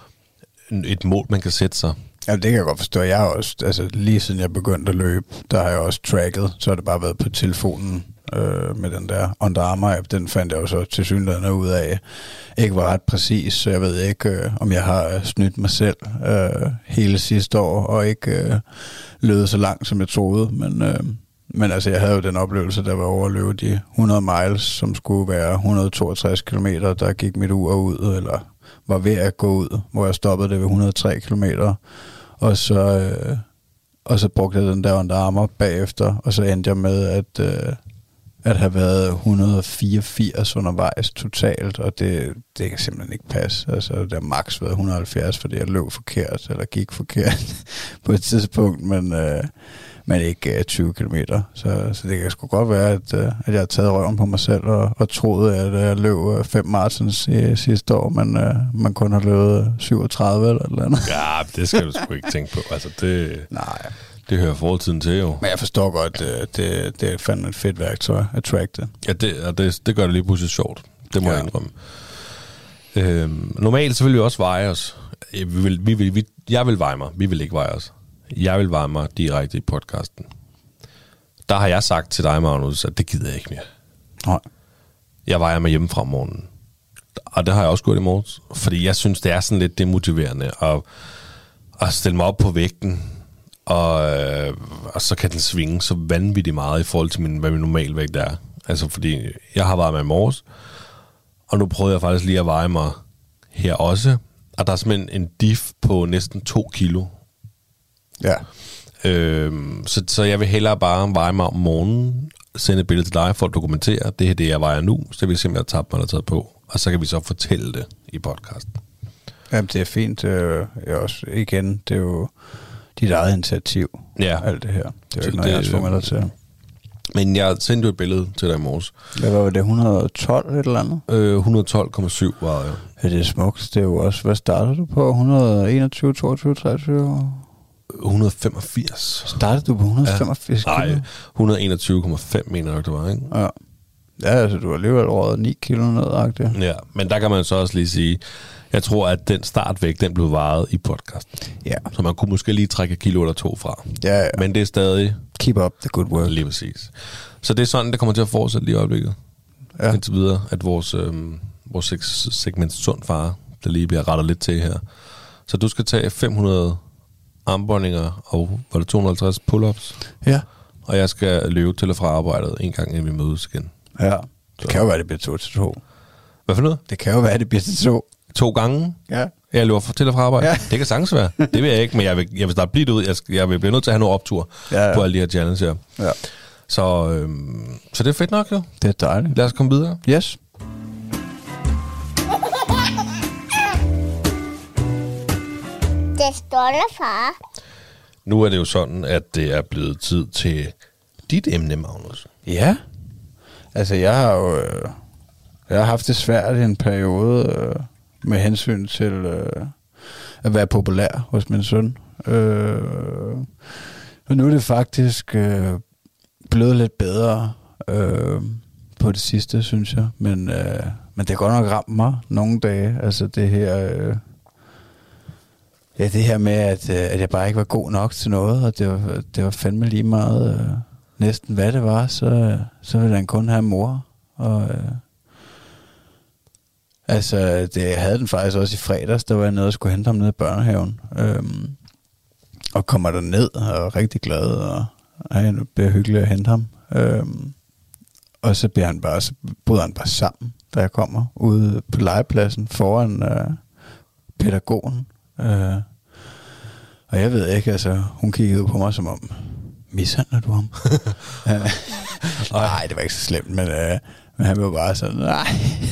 Speaker 3: et mål, man kan sætte sig.
Speaker 2: Ja, det kan jeg godt forstå. Jeg har også, altså lige siden jeg begyndte at løbe, der har jeg også tracket, så har det bare været på telefonen øh, med den der Under Armour-app. Den fandt jeg jo så tilsyneladende ud af, ikke var ret præcis, så jeg ved ikke, øh, om jeg har snydt mig selv øh, hele sidste år, og ikke øh, løbet så langt, som jeg troede, men... Øh, Men altså, jeg havde jo den oplevelse, der var over at løbe de hundrede miles, som skulle være et hundrede og toogtres kilometer, der gik mit ur ud, eller var ved at gå ud, hvor jeg stoppede det ved et hundrede og tre kilometer. Og så, øh, og så brugte jeg den der Under Armour bagefter, og så endte jeg med at, øh, at have været et hundrede og fireogfirs undervejs totalt, og det, det kan simpelthen ikke passe. Altså, det har max været et hundrede og halvfjerds, fordi jeg løb forkert, eller gik forkert på et tidspunkt, men... Øh, men ikke uh, tyve kilometer. Så, så det kan sgu godt være, at, uh, at jeg har taget røven på mig selv og, og troede, at jeg løb uh, fem marathons i sidste år, men uh, man kun har løbet syvogtredive eller eller andet.
Speaker 3: Ja, det skal du sgu ikke tænke på. Altså, det,
Speaker 2: Nej.
Speaker 3: Det hører fortiden til jo.
Speaker 2: Men jeg forstår godt, at det, det er fandme et fedt værktøj at track det.
Speaker 3: Ja, det, og det, det gør det lige pludselig sjovt. Det må ja. jeg indrømme. Øhm, normalt så vil vi også veje os. Vi vil, vi vil, vi, jeg vil veje mig. Vi vil ikke veje os. Jeg vil veje mig direkte i podcasten. Der har jeg sagt til dig, Magnus, at det gider jeg ikke mere.
Speaker 2: Nej.
Speaker 3: Jeg vejer mig hjemme fra morgenen. Og det har jeg også gjort i morges. Fordi jeg synes, det er sådan lidt demotiverende at, at stille mig op på vægten, og, øh, og så kan den svinge så vanvittigt meget i forhold til, min, hvad min normalvægt er. Altså, fordi jeg har vejet mig i morges, og nu prøvede jeg faktisk lige at veje mig her også. Og der er simpelthen en diff på næsten to kilo.
Speaker 2: Ja.
Speaker 3: Øhm, så, så jeg vil hellere bare veje mig om morgenen, sende et billede til dig for at dokumentere, det her det jeg vejer nu, så vil jeg simpelthen have tabt mig eller taget på, og så kan vi så fortælle det i podcasten.
Speaker 2: Jamen, det er fint. Øh, jeg også, igen, det er jo dit eget initiativ,
Speaker 3: ja.
Speaker 2: alt det her. Det er jo
Speaker 3: Så
Speaker 2: ikke noget,
Speaker 3: det,
Speaker 2: jeg har dig til.
Speaker 3: Men jeg sendte jo et billede til dig i morges.
Speaker 2: Hvad var det, et hundrede og tolv et eller andet?
Speaker 3: Øh, et hundrede og tolv komma syv var jeg.
Speaker 2: Ja, det er smukt. Det er jo også, hvad startede du på? et hundrede og enogtyve, toogtyve, treogtyve?
Speaker 3: et hundrede og femogfirs.
Speaker 2: Startede du på et hundrede og femogfirs?
Speaker 3: Ja. Nej, et hundrede og enogtyve komma fem mener jeg nok, det var, ikke?
Speaker 2: Ja. Ja, altså du har alligevel røget ni kilo ned-agtigt.
Speaker 3: Ja, men der kan man så også lige sige, jeg tror, at den startvægt, den blev varet i podcasten.
Speaker 2: Ja.
Speaker 3: Så man kunne måske lige trække et kilo eller to fra.
Speaker 2: Ja, ja.
Speaker 3: Men det er stadig...
Speaker 2: Keep up the good work.
Speaker 3: Lige præcis. Så det er sådan, det kommer til at fortsætte lige i øjeblikket.
Speaker 2: Ja.
Speaker 3: Indtil videre, at vores, øh, vores segment sund far, der lige bliver rettet lidt til her. Så du skal tage fem hundrede armbøjninger og var det to hundrede og halvtreds pull-ups.
Speaker 2: Ja.
Speaker 3: Og jeg skal løbe til og fra arbejdet en gang, inden vi mødes igen.
Speaker 2: Ja. Det så. Kan jo være, det bliver to til to.
Speaker 3: Hvad for noget?
Speaker 2: Det kan jo være, det bliver til to.
Speaker 3: To gange?
Speaker 2: Ja.
Speaker 3: Jeg løber til og fra arbejde?
Speaker 2: Ja.
Speaker 3: Det kan sagtens være. Det vil jeg ikke, men jeg vil, jeg vil starte blidt ud. Jeg, skal, jeg vil blive nødt til at have noget optur
Speaker 2: ja, ja.
Speaker 3: på alle de her challenges her.
Speaker 2: Ja.
Speaker 3: Så, øhm, så det er fedt nok, jo.
Speaker 2: Det er dejligt.
Speaker 3: Lad os komme videre.
Speaker 2: Yes.
Speaker 4: Det stolte far.
Speaker 3: Nu er det jo sådan, at det er blevet tid til dit emne, Magnus.
Speaker 2: Ja. Altså, jeg har jo øh, jeg har haft det svært i en periode øh, med hensyn til øh, at være populær hos min søn. Øh, og nu er det faktisk øh, blevet lidt bedre øh, på det sidste, synes jeg. Men, øh, men det har godt nok ramt mig nogle dage. Altså det her... Øh, Ja, det her med, at, at jeg bare ikke var god nok til noget, og det var, det var fandme lige meget, øh, næsten hvad det var, så, så ville han kun have mor. Og, øh, altså, det, jeg havde den faktisk også i fredags, der var jeg nede og skulle hente ham ned i børnehaven. Øhm, og kommer der ned og er rigtig glad, og ej, nu bliver hyggeligt at hente ham. Øhm, og så bliver han bare, så bryder han bare sammen, da jeg kommer ude på legepladsen foran øh, pædagogen. Øh, og jeg ved ikke, altså hun kiggede på mig som om, mishandler du ham? Nej, det var ikke så slemt, men, øh, men han var bare sådan, nej,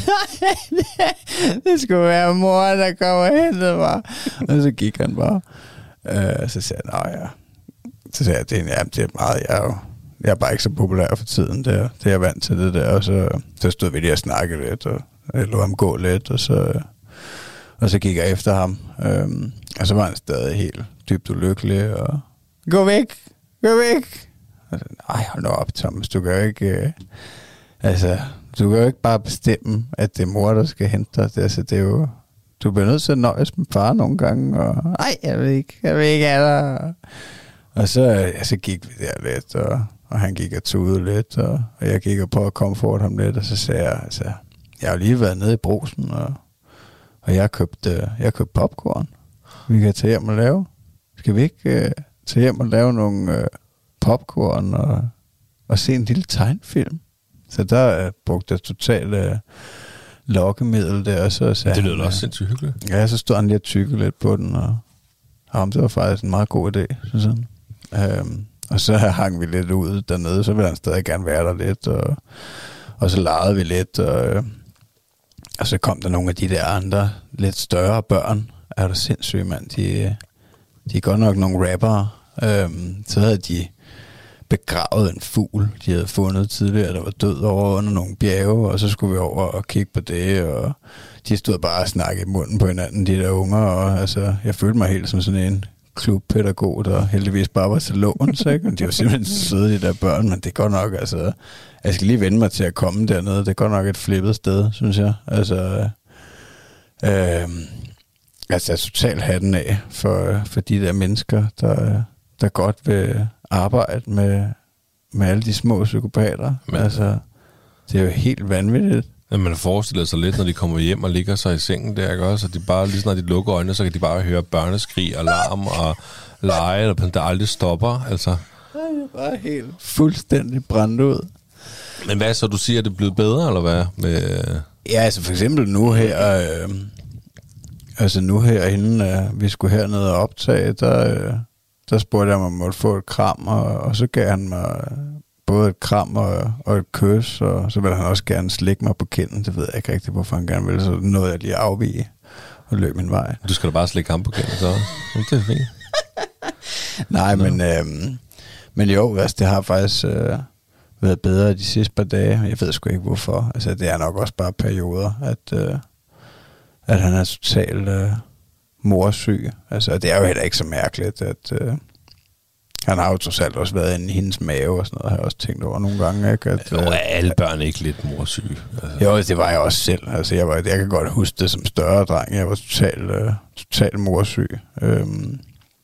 Speaker 2: det skulle være mor, der kommer og hentede mig. Og så gik han bare. Øh, så sagde jeg, nej ja. Så sagde jeg, det er, ja, det er meget, jeg er jo, jeg er bare ikke så populær for tiden, det er, det er jeg vant til det der. Og så, så stod vi lige og snakkede lidt, og jeg lå ham gå lidt, og så... Og så gik jeg efter ham, øhm, og så var han stadig helt dybt ulykkelig, og gå væk, gå væk. Og så, nej, hold nu op, Thomas, du kan jo ikke, øh, altså, du kan jo ikke bare bestemme, at det er mor, der skal hente dig. Det, altså, det er jo, du bliver nødt til at nøjes med far nogle gange, og nej, jeg vil ikke, jeg vil ikke have dig. Og så, ja, så gik vi der lidt, og, og han gik og tudede lidt, og, og jeg gik og prøvede at comfort ham lidt, og så sagde jeg, altså, jeg har jo lige været nede i Brugsen, og Og jeg købte, jeg købte popcorn. Vi kan tage hjem og lave. Skal vi ikke uh, tage hjem og lave nogle uh, popcorn og, og se en lille tegnfilm? Så der uh, brugte jeg totalt uh, lokkemiddel der. Og så sagde
Speaker 3: det lyder
Speaker 2: han,
Speaker 3: også sindssygt hyggeligt.
Speaker 2: Ja, så stod han lige og tykke lidt på den. Og jamen, det var faktisk en meget god idé, synes han. Um, og så hang vi lidt ud dernede. Så ville han stadig gerne være der lidt. Og, og så legede vi lidt. Og... Og så kom der nogle af de der andre, lidt større børn. Er du sindssyg, mand? De, de er godt nok nogle rappere. Øhm, så havde de begravet en fugl, de havde fundet tidligere, der var død over under nogle bjerge, og så skulle vi over og kigge på det, og de stod bare og snakkede i munden på hinanden, de der unger, og altså, jeg følte mig helt som sådan en klubpædagog, der heldigvis bare var til låns, ikke? De var simpelthen søde, de der børn, men det er godt nok, altså, jeg skal lige vende mig til at komme dernede, det er godt nok et flippet sted, synes jeg, altså, øh, altså, jeg er totalt hatten af for, for de der mennesker, der, der godt vil arbejde med, med alle de små psykopater, men, altså, det er jo helt vanvittigt.
Speaker 3: Ja, man forestiller sig lidt, når de kommer hjem og ligger sig i sengen der, ikke også? Og de bare, lige når de lukker øjnene, så kan de bare høre børneskrig og larm og lege, og der aldrig stopper, altså.
Speaker 2: Det er bare helt fuldstændig brændt ud.
Speaker 3: Men hvad så, du siger, at det er blevet bedre, eller hvad? Med...
Speaker 2: Ja, altså for eksempel nu her, øh, altså nu her, inden øh, vi skulle hernede og optage, der, øh, der spurgte jeg, om man måtte få et kram, og, og så gav han mig både et kram og, og et kys, og så ville han også gerne slikke mig på kinden. Det ved jeg ikke rigtig, hvorfor han gerne ville, så nåede jeg lige at afvige. og løb min vej.
Speaker 3: Du skal da bare slække ham på kænden, så det er fint.
Speaker 2: Nej, Nå. men, øhm, men jo, altså, det har faktisk øh, været bedre de sidste par dage. Jeg ved sgu ikke, hvorfor. Altså, det er nok også bare perioder, at, øh, at han er totalt øh, morsyg. Altså, det er jo heller ikke så mærkeligt, at... Øh, han har jo trods alt også været inde i hendes mave og sådan noget, har jeg også tænkt over nogle gange, ikke? At,
Speaker 3: jo, er alle børn ikke lidt morsyge?
Speaker 2: Altså. Jo, det var jeg også selv. Altså, jeg, var, jeg kan godt huske det som større dreng. Jeg var totalt øh, total morsyg. Øhm,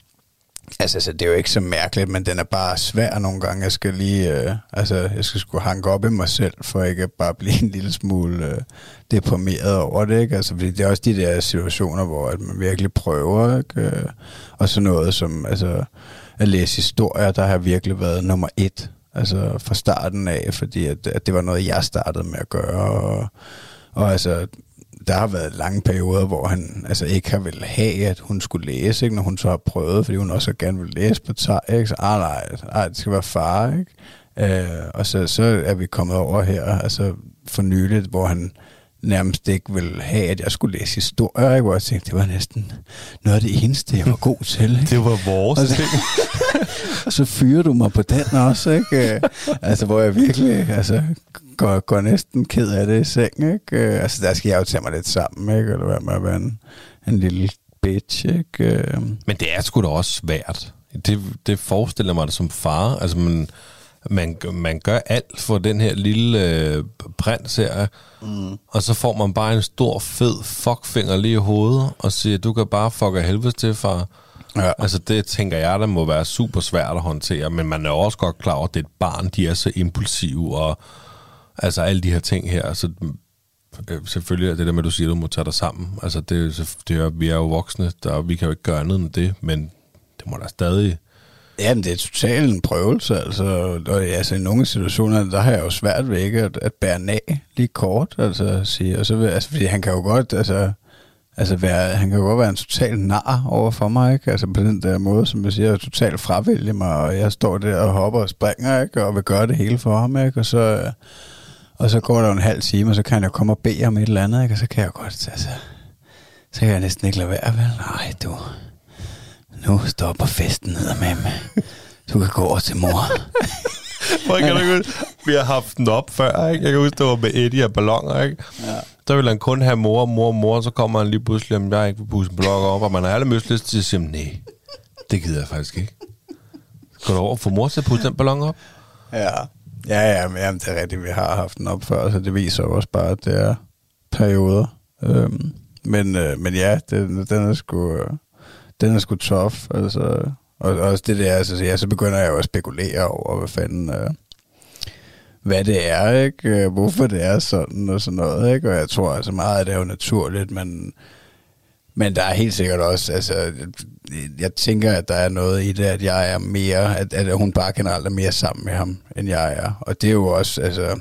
Speaker 2: altså, altså, det er jo ikke så mærkeligt, men den er bare svær nogle gange. Jeg skal lige, øh, altså, jeg skal sgu hanke op i mig selv, for ikke at bare blive en lille smule øh, deprimeret over det, ikke? Altså, fordi det er også de der situationer, hvor at man virkelig prøver, ikke? Øh, og sådan noget som, altså... at læse historier, der har virkelig været nummer et, altså fra starten af, fordi at, at det var noget, jeg startede med at gøre, og, og altså, der har været lange perioder, hvor han altså ikke har ville have, at hun skulle læse, ikke, når hun så har prøvet, fordi hun også gerne vil læse på teg, ikke, så ah, nej, nej, det skal være far, ikke, øh, og så, så er vi kommet over her, altså for nyligt, hvor han nærmest ikke ville have, at jeg skulle læse historier, ikke? Hvor jeg tænkte, det var næsten noget af det eneste, jeg var god til. Ikke?
Speaker 3: Det var vores
Speaker 2: og så,
Speaker 3: ting.
Speaker 2: og så fyrer du mig på den også, ikke? Altså, hvor jeg virkelig altså, går, går næsten ked af det i seng, ikke? Altså, der skal jeg jo tage mig lidt sammen, ikke? Eller være med at være en, en lille bitch, ikke?
Speaker 3: Men det er sgu da også svært. Det, det forestiller mig det som far. Altså, man... Man, man gør alt for den her lille øh, prins her, mm. og så får man bare en stor, fed fuckfinger lige i hovedet, og siger, du kan bare fuck af helvede til, far. Ja. Altså det tænker jeg, der må være super svært at håndtere, men man er også godt klar over, at det er et barn, de er så impulsive, og altså alle de her ting her, så øh, selvfølgelig er det der med, at du siger, at du må tage dig sammen. Altså det, det er, vi er jo voksne, der, vi kan jo ikke gøre andet end det, men det må da stadig...
Speaker 2: Jamen, det er totalt en prøvelse, altså, og, altså i nogle situationer, der har jeg jo svært ved ikke at, at bære nag lige kort, altså at sige, og så vil, altså, fordi han kan jo godt, altså, altså være, han kan jo godt være en total nar over for mig, ikke, altså på den der måde, som jeg siger, totalt fravælge mig, og jeg står der og hopper og springer, ikke, og vil gøre det hele for ham, ikke, og så, og så går der en halv time, og så kan han jo komme og bede om et eller andet, ikke, og så kan jeg jo godt, altså, så kan jeg næsten ikke lade være, vel, nej, du... Nu stopper festen ned med mig. Du kan gå over til mor.
Speaker 3: Hvor kan du huske? Vi har haft den op før, ikke? Jeg kan huske, det var med Eddie og balloner, ikke? Ja. Så vil han kun have mor, mor, mor, og så kommer han lige pludselig, om jeg ikke vil pusse en blok op, og man har alle mødt lyst til at sige, nej, det gider jeg faktisk ikke. Går du over og få mor til at pusse den ballon op?
Speaker 2: Ja, ja, ja, men jamen, det er rigtigt, vi har haft den op før, så det viser jo også bare, at det er perioder. Øhm, men, øh, men ja, den, den er sgu... Øh, Den er sgu tough, altså, og, og også det der, altså, ja, så begynder jeg jo at spekulere over, hvad fanden, øh, hvad det er, ikke, hvorfor det er sådan, og sådan noget, ikke, og jeg tror, altså, meget af det er jo naturligt, men, men der er helt sikkert også, altså, jeg tænker, at der er noget i det, at jeg er mere, at, at hun bare generelt er mere sammen med ham, end jeg er, og det er jo også, altså,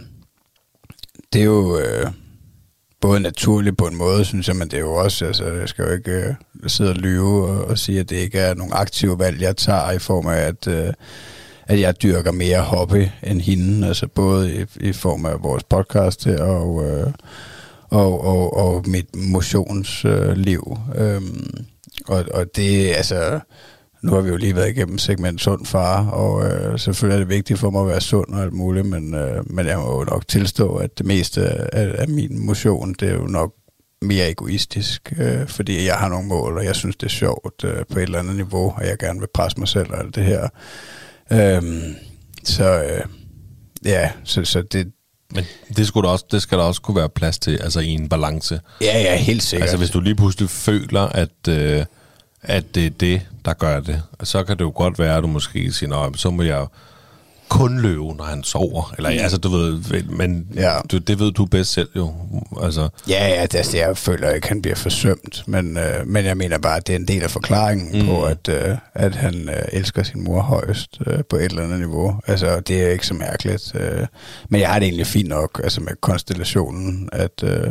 Speaker 2: det er jo... Øh, både naturligt på en måde, synes jeg, men det er jo også, altså, jeg skal jo ikke øh, sidde og lyve og, og sige, at det ikke er nogle aktive valg, jeg tager i form af, at, øh, at jeg dyrker mere hobby end hende, altså både i, i form af vores podcast her og, øh, og, og, og mit motionsliv. Øh, øhm, og, og det, altså, nu har vi jo lige været igennem segment sund far, og øh, selvfølgelig er det vigtigt for mig at være sund og alt muligt, men, øh, men jeg må jo nok tilstå, at det meste af, af min motion, det er jo nok mere egoistisk, øh, fordi jeg har nogle mål, og jeg synes, det er sjovt øh, på et eller andet niveau, og jeg gerne vil presse mig selv og alt det her. Øhm, så øh, ja, så, så det...
Speaker 3: Men det, skulle da også, det skal der også kunne være plads til, altså i en balance.
Speaker 2: Ja, ja, helt sikkert.
Speaker 3: Altså hvis du lige pludselig føler, at... Øh, at det er det, der gør det. Så kan det jo godt være, at du måske siger, nå, så må jeg kun løbe, når han sover. Eller ja, altså, du ved, men ja. du, det ved du bedst selv jo. Altså.
Speaker 2: Ja, ja, det, altså, jeg føler ikke, at han bliver forsømt, men, øh, men jeg mener bare, at det er en del af forklaringen mm. på, at, øh, at han øh, elsker sin mor højst øh, på et eller andet niveau. Altså, det er ikke så mærkeligt. Øh, men jeg har det egentlig fint nok, altså med konstellationen, at, øh,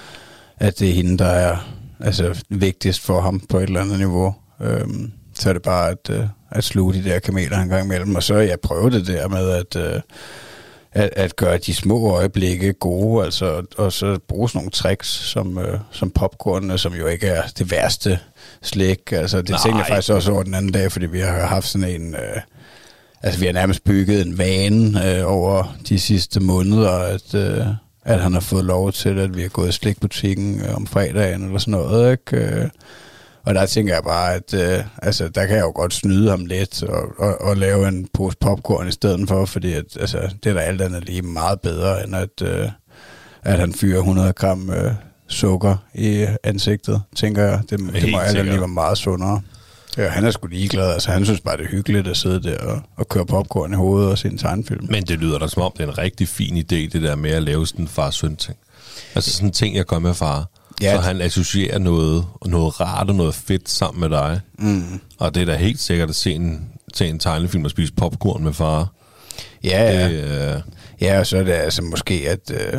Speaker 2: at det er hende, der er altså vigtigst for ham på et eller andet niveau. Øhm, så er det bare at, øh, at sluge de der kameler en gang imellem. Og så jeg prøvede det der med, at, øh, at, at gøre de små øjeblikke gode, altså, og så bruge sådan nogle tricks som, øh, som popcornene, som jo ikke er det værste slik. Altså, det Nej. tænkte jeg faktisk også over den anden dag, fordi vi har haft sådan en... Øh, altså, vi har nærmest bygget en vane øh, over de sidste måneder, at, øh, at han har fået lov til, at vi har gået i slikbutikken øh, om fredagen eller sådan noget, ikke? Øh, Og der tænker jeg bare, at øh, altså, der kan jeg jo godt snyde ham lidt og, og, og lave en pose popcorn i stedet for, fordi at, altså, det er da alt andet lige meget bedre, end at, øh, at han fyrer hundrede gram øh, sukker i ansigtet, tænker jeg. Det, det må alt andet lige være meget sundere. Ja, han er sgu ligeglad. Altså, han synes bare, det er hyggeligt at sidde der og, og køre popcorn i hovedet og se en tegnefilm.
Speaker 3: Men det lyder da som om, det er en rigtig fin idé, det der med at lave sådan en far-søn-ting. Altså sådan en ting, jeg gør med far. Ja. Så han associerer noget, noget rart og noget fedt sammen med dig. Mm. Og det er da helt sikkert at se en, se en tegnefilm og spise popcorn med far.
Speaker 2: Ja, det, øh... ja, og så er det altså måske, at, øh,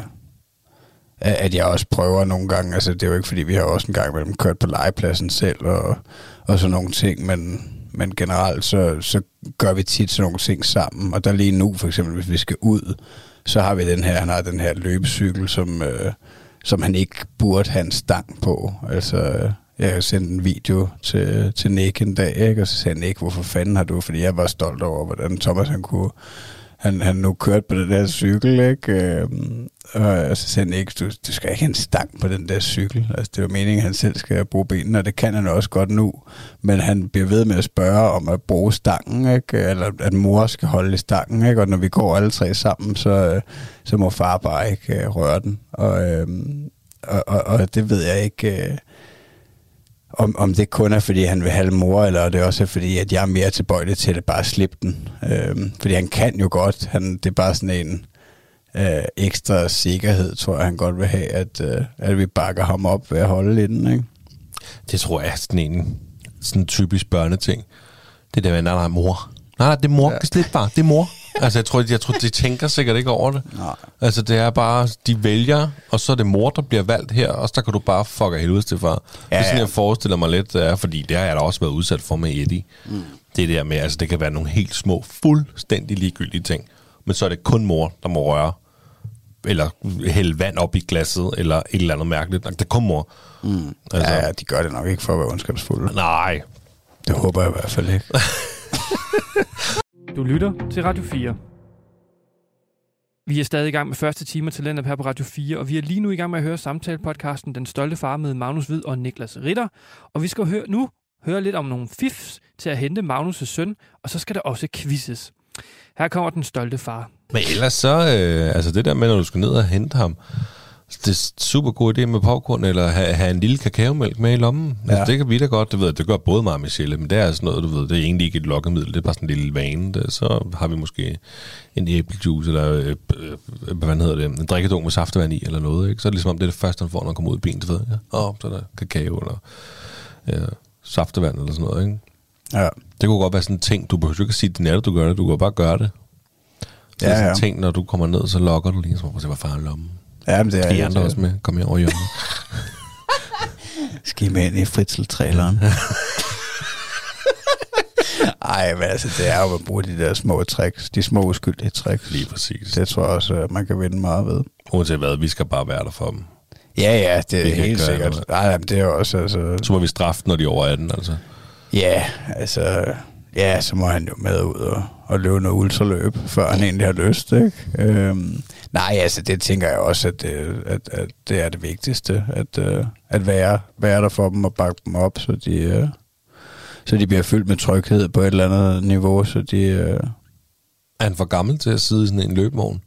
Speaker 2: at jeg også prøver nogle gange. Altså, det er jo ikke, fordi vi har også en gang mellem kørt på legepladsen selv og, og sådan nogle ting, men, men generelt så, så gør vi tit sådan nogle ting sammen. Og der lige nu, for eksempel, hvis vi skal ud, så har vi den her, han har den her løbecykel, som... Øh, som han ikke burde have en stang på. Altså, jeg har sendt en video til, til Nick en dag, ikke? Og så sagde Nick, hvorfor fanden har du? Fordi jeg var stolt over, hvordan Thomas han kunne... Han, han nu kørte på den der cykel, ikke? Øhm, og så sagde Nick, du, du skal ikke have en stang på den der cykel. Altså, det er jo meningen, at han selv skal bruge benene, og det kan han også godt nu. Men han bliver ved med at spørge om at bruge stangen, ikke? Eller at mor skal holde i stangen, ikke? Og når vi går alle tre sammen, så, så må far bare ikke uh, røre den. Og, øhm, og, og, og det ved jeg ikke... Uh, Om, om det kun er, fordi han vil have mor, eller det også er, fordi at jeg er mere tilbøjelig til at bare slippe den. Øhm, fordi han kan jo godt. Han, det er bare sådan en øh, ekstra sikkerhed, tror jeg, han godt vil have, at, øh, at vi bakker ham op ved at holde i den, ikke?
Speaker 3: Det tror jeg er sådan en sådan typisk børneting. Det der med, nej, nej, mor. Nej, nej, det er mor. Ja. Slippe bare, det er mor. Altså, jeg tror, jeg tror, de tænker sikkert ikke over det. Nej. Altså, det er bare, de vælger, og så er det mor, der bliver valgt her, og så kan du bare fuck helvede til far. Ja, det er sådan, ja. Jeg forestiller mig lidt, er, fordi det har jeg da også været udsat for med Eddie. Mm. Det der med, altså, det kan være nogle helt små, fuldstændig ligegyldige ting, men så er det kun mor, der må røre, eller hælde vand op i glasset, eller et eller andet mærkeligt. Det er kun mor.
Speaker 2: Mm. Altså, ja, ja, de gør det nok ikke for at være ondskabsfulde.
Speaker 3: Nej.
Speaker 2: Det håber jeg i hvert fald ikke.
Speaker 1: Du lytter til Radio fire. Vi er stadig i gang med første time af Talentlab her på Radio fire, og vi er lige nu i gang med at høre samtale-podcasten Den Stolte Far med Magnus Hvid og Niklas Ritter. Og vi skal høre, nu høre lidt om nogle fifs til at hente Magnus' søn, og så skal der også quizzes. Her kommer Den Stolte Far.
Speaker 3: Men ellers så, øh, altså det der med, når du skal ned og hente ham, det er super god idé med popcorn, eller have, have en lille kakaomælk med i lommen. Ja. Altså, det kan vi da godt, det ved jeg, det gør både mig og Michelle, men det er sådan noget, du ved, det er egentlig ikke et lokkemiddel, det er bare sådan en lille vane. Det, så har vi måske en æblejuice, eller øh, øh, hvad hedder det, en drikkedunk med saftevand i, eller noget, ikke? Så er det ligesom om, det er det første, han får, når han kommer ud i bilen, du ved, ja. Åh, så er der kakao, eller ja, saftevand, eller sådan noget, ikke? Ja. Det kunne godt være sådan en ting, du behøver ikke at sige, det er, du gør det, du kan bare gøre det. Så ja, det er sådan en ja. ting, når du kommer ned, så lokker du lige, så må se, hvad far lommen.
Speaker 2: Ja, men det er...
Speaker 3: Skal I andre også med? Kom her over hjørnet.
Speaker 2: Skal I med ind i fritzeltraileren? Ej, men altså, det er jo at bruge de der små tricks. De små uskyldige tricks.
Speaker 3: Lige præcis.
Speaker 2: Det tror jeg også, man kan vinde meget ved.
Speaker 3: Uanset hvad, vi skal bare være der for dem.
Speaker 2: Ja, ja, det er helt sikkert. Nej, men det er også, altså...
Speaker 3: Så må vi straffe, når de er over atten, altså.
Speaker 2: Ja, altså... Ja, så må han jo med ud og, og løbe noget ultraløb, før han egentlig har lyst, ikke? Øhm, nej, altså det tænker jeg også, at det, at, at det er det vigtigste, at, uh, at være, være der for dem og bakke dem op, så de, uh, så de bliver fyldt med tryghed på et eller andet niveau, så de... Uh...
Speaker 3: Er han for gammel til at sidde i sådan en løbevogn?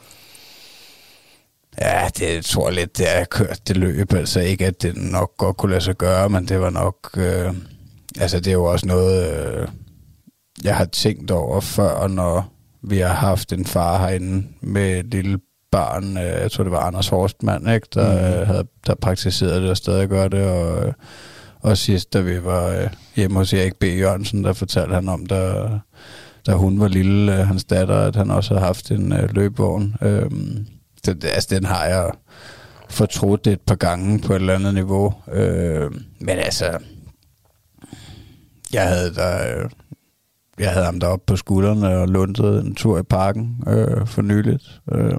Speaker 2: Ja, det tror jeg lidt, det er kørt det løb, altså ikke, at det nok godt kunne lade sig gøre, men det var nok... Uh, altså det er jo også noget... Uh, jeg har tænkt over før, når vi har haft en far herinde med et lille barn, jeg tror det var Anders Horstmann, ikke, der, mm. havde, der praktiserede det og stadig gør det, og, og sidst, da vi var hjemme hos Erik B. Jørgensen, der fortalte han om, da, da hun var lille, hans datter, at han også havde haft en løbevogn. Øhm, det, altså, den har jeg fortrudt et par gange på et eller andet niveau, øhm, men altså, jeg havde der... jeg havde ham deroppe på skuldrene og lundede en tur i parken øh, for nyligt. Øh,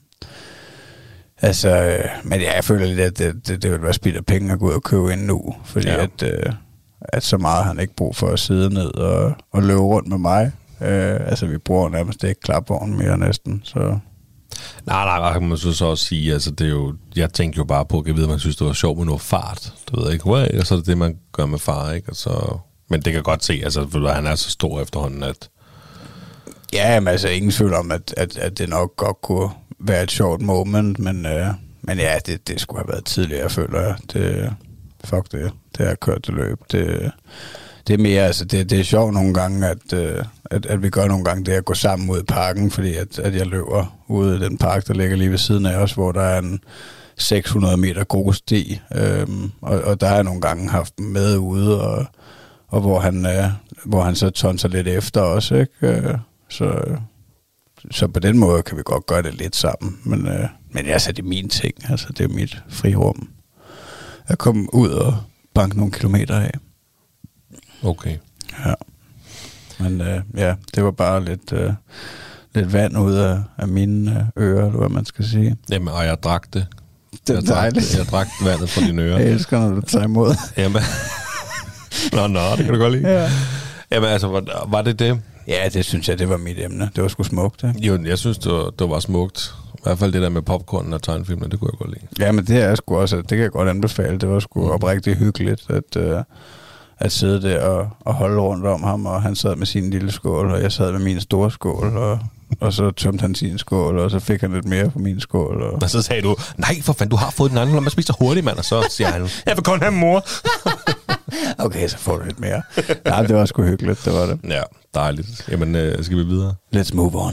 Speaker 2: altså, øh, men ja, jeg føler lidt, at det, det, det ville være spild af penge at gå ud og købe ind nu, fordi ja. at, øh, at så meget har han ikke brug for at sidde ned og, og løbe rundt med mig. Øh, altså, vi bruger nærmest ikke klapvognen mere næsten, så...
Speaker 3: Nej, nej, nej, kan man så, så også sige, altså det er jo, jeg tænkte jo bare på, at jeg ved, at man synes, det var sjovt med noget fart, du ved ikke, hvad, og så er det det, man gør med far, ikke, og så, men det kan godt se, altså, for han er så stor efterhånden, at...
Speaker 2: Ja, men altså, ingen tvivl om, at, at, at det nok godt kunne være et sjovt moment, men, øh, men ja, det, det skulle have været tidligere, føler jeg, det, fuck det, det har kørt det løb, det... Det er mere, altså det, det er sjovt nogle gange, at, at, at vi gør nogle gange det at gå sammen ud i parken, fordi at, at jeg løber ude i den park, der ligger lige ved siden af os, hvor der er en seks hundrede meter grussti, øhm, og, og der har jeg nogle gange haft dem med ude, og, og hvor, han, øh, hvor han så tonser lidt efter os, ikke? Så, så på den måde kan vi godt gøre det lidt sammen, men, øh, men altså det er min ting, altså det er mit frirum. Jeg kom ud og banke nogle kilometer af.
Speaker 3: Okay.
Speaker 2: Ja. Men øh, ja, det var bare lidt, øh, lidt vand ud af, af mine øh, ører, eller hvad man skal sige.
Speaker 3: Jamen, og jeg drak det.
Speaker 2: Det er
Speaker 3: jeg
Speaker 2: dejligt.
Speaker 3: Drak, jeg drak vandet fra dine ører.
Speaker 2: Jeg elsker, når du tager imod.
Speaker 3: Jamen. Nå, nå, det kan du godt lide.
Speaker 2: Ja.
Speaker 3: Jamen, altså, var, var det det?
Speaker 2: Ja, det synes jeg, det var mit emne. Det var sgu smukt, ikke?
Speaker 3: Jo, jeg synes, det var, det var smukt. I hvert fald det der med popcornen og tegnefilmen, det kunne jeg godt lide.
Speaker 2: Ja, men det er sgu også, det kan jeg godt anbefale. Det var sgu oprigtigt hyggeligt, at... Øh, at sidde der og, og holde rundt om ham, og han sad med sin lille skål, og jeg sad med min store skål, og, og så tømte han sin skål, og så fik han lidt mere på min skål. Og,
Speaker 3: og så sagde du, nej for fanden, du har fået den anden, lad mig spise så hurtigt, mand, og så siger han, jeg vil kun have mor.
Speaker 2: Okay, så får du lidt mere. Nej, det var sgu hyggeligt, det var det.
Speaker 3: Ja, dejligt. Jamen, øh, skal vi videre?
Speaker 2: Let's move on.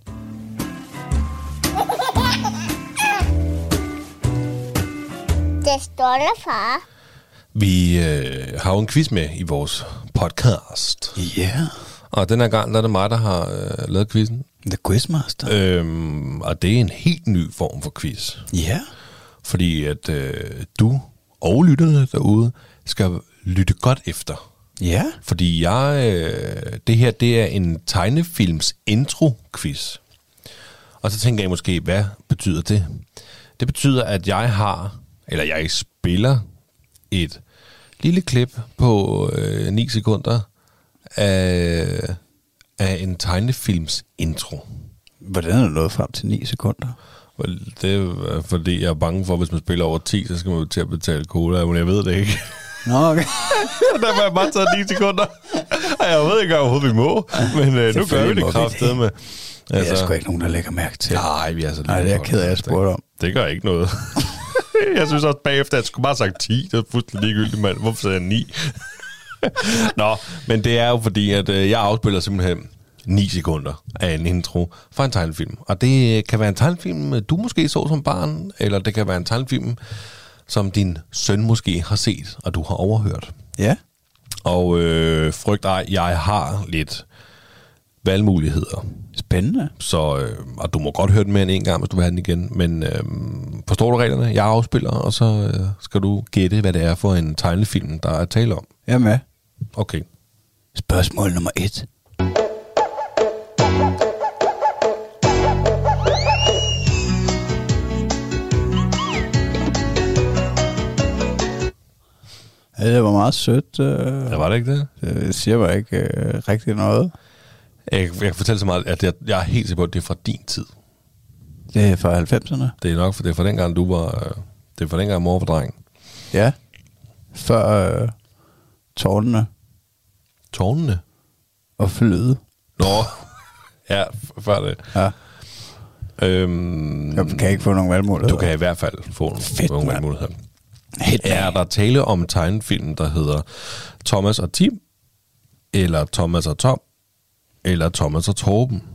Speaker 4: Det står der, far.
Speaker 3: Vi øh, har jo en quiz med i vores podcast.
Speaker 2: Ja. Yeah.
Speaker 3: Og den her gang, der er det mig, der har øh, lavet quizzen.
Speaker 2: The Quizmaster.
Speaker 3: Øhm, og det er en helt ny form for quiz.
Speaker 2: Ja. Yeah.
Speaker 3: Fordi at øh, du og lytterne derude skal lytte godt efter.
Speaker 2: Ja. Yeah.
Speaker 3: Fordi jeg, øh, det her, det er en tegnefilms intro-quiz. Og så tænker jeg måske, hvad betyder det? Det betyder, at jeg har, eller jeg spiller et lille klip på øh, ni sekunder af, af en tegnefilms intro.
Speaker 2: Hvordan er du nået frem til ni sekunder?
Speaker 3: Det er fordi, jeg er bange for, at hvis man spiller over ti, så skal man jo til at betale cola, men jeg ved det ikke.
Speaker 2: Nå, okay.
Speaker 3: Der var jeg bare taget ni sekunder. Og jeg ved ikke, overhovedet vi må, men øh, nu gør vi det kraftedeme med.
Speaker 2: Altså, det er sgu ikke nogen, der lægger mærke til.
Speaker 3: Nej, vi er så
Speaker 2: Nej, det er jeg ked af, jeg spurgte om.
Speaker 3: Det gør ikke noget. Jeg synes også bagefter, at jeg skulle bare sagt ti. Det er fuldstændig ligegyldigt, mand. Hvorfor sagde jeg ni? Nå, men det er jo fordi, at øh, jeg afspiller simpelthen ni sekunder af en intro fra en tegnefilm. Og det kan være en tegnefilm, du måske så som barn, eller det kan være en tegnefilm, som din søn måske har set, og du har overhørt.
Speaker 2: Ja.
Speaker 3: Og øh, frygt ej, jeg har lidt valgmuligheder.
Speaker 2: Spændende.
Speaker 3: Så, øh, og du må godt høre den mere end en gang, hvis du vil have den igen. Men øh, forstår du reglerne? Jeg afspiller, og så øh, skal du gætte, hvad det er for en tegnefilm, der er tale om.
Speaker 2: Jeg er med.
Speaker 3: Okay.
Speaker 2: Spørgsmål nummer et. Ja, det var meget sødt. Øh,
Speaker 3: Ja, var det ikke det?
Speaker 2: det siger mig ikke øh, rigtig noget.
Speaker 3: Jeg, jeg kan fortælle så meget, at jeg, jeg er helt sikker på, at det er fra din tid.
Speaker 2: Det er fra halvfemserne.
Speaker 3: Det er nok, for det er fra dengang, du var... Øh, det er fra dengang, mor var dreng.
Speaker 2: Ja. Før øh, tårnene
Speaker 3: Tårnene?
Speaker 2: og flyet.
Speaker 3: Nå, ja, f- før det.
Speaker 2: Ja.
Speaker 3: Øhm,
Speaker 2: Jeg kan ikke få nogen valgmuligheder.
Speaker 3: du kan i hvert fald få
Speaker 2: Fedt,
Speaker 3: nogle
Speaker 2: mand.
Speaker 3: muligheder.
Speaker 2: Hit
Speaker 3: Er der tale om tegnefilm, der hedder Thomas og Tim, eller Thomas og Tom, eller Thomas og Torben?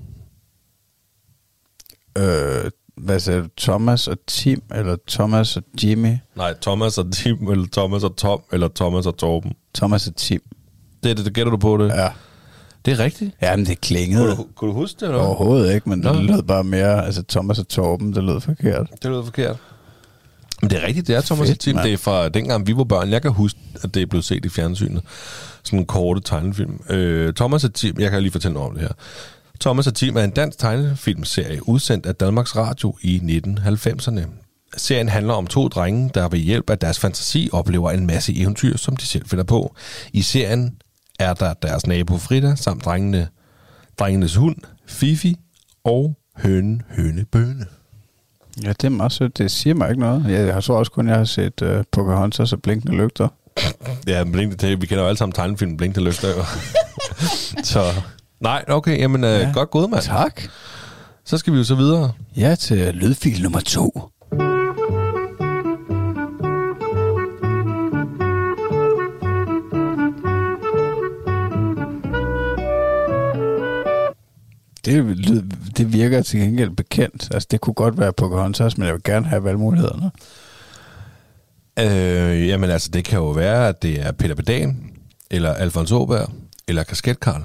Speaker 2: Øh, hvad siger du? Thomas og Tim, eller Thomas og Jimmy?
Speaker 3: Nej, Thomas og Tim, eller Thomas og Tom, eller Thomas og Torben.
Speaker 2: Thomas og Tim.
Speaker 3: Det, det, det gætter du på det?
Speaker 2: Ja.
Speaker 3: Det er rigtigt.
Speaker 2: Jamen, det klingede.
Speaker 3: Kunne du, kunne du huske det, eller?
Speaker 2: Overhovedet ikke, men
Speaker 3: Nå.
Speaker 2: det lød bare mere, altså Thomas og Torben, det lød forkert.
Speaker 3: Det lød forkert. Men det er rigtigt, det er Thomas
Speaker 2: Fedt,
Speaker 3: og Tim.
Speaker 2: Man.
Speaker 3: Det er fra dengang vi var børn. Jeg kan huske, at det er blevet set i fjernsynet. Sådan en korte tegnefilm. Øh, Thomas og Tim, jeg kan lige fortælle noget om det her. Thomas og Tim er en dansk tegnefilmserie, udsendt af Danmarks Radio i nitten halvfemserne. Serien handler om to drenge, der ved hjælp af deres fantasi oplever en masse eventyr, som de selv finder på. I serien er der deres nabo Frida, samt drengene, drengenes hund, Fifi, og hønen, høne, bøne.
Speaker 2: Ja, det er meget sødt. Det siger mig ikke noget. Jeg har så også kun, jeg har set uh, Pocahontas og Blinkende Lygter.
Speaker 3: Ja, blinkende, vi kender jo alle sammen tegnefilm, Blinkende Lygter. Så, nej, okay, jamen ja. øh, godt gået, mand.
Speaker 2: Tak.
Speaker 3: Så skal vi jo så videre.
Speaker 2: Ja, til lydfil nummer to. Det, det virker til gengæld bekendt. Altså, det kunne godt være Pocahontas, men jeg vil gerne have valgmulighederne.
Speaker 3: Øh, jamen altså, det kan jo være, at det er Peter Pedal, eller Alfons Åberg, eller Kasket Karl.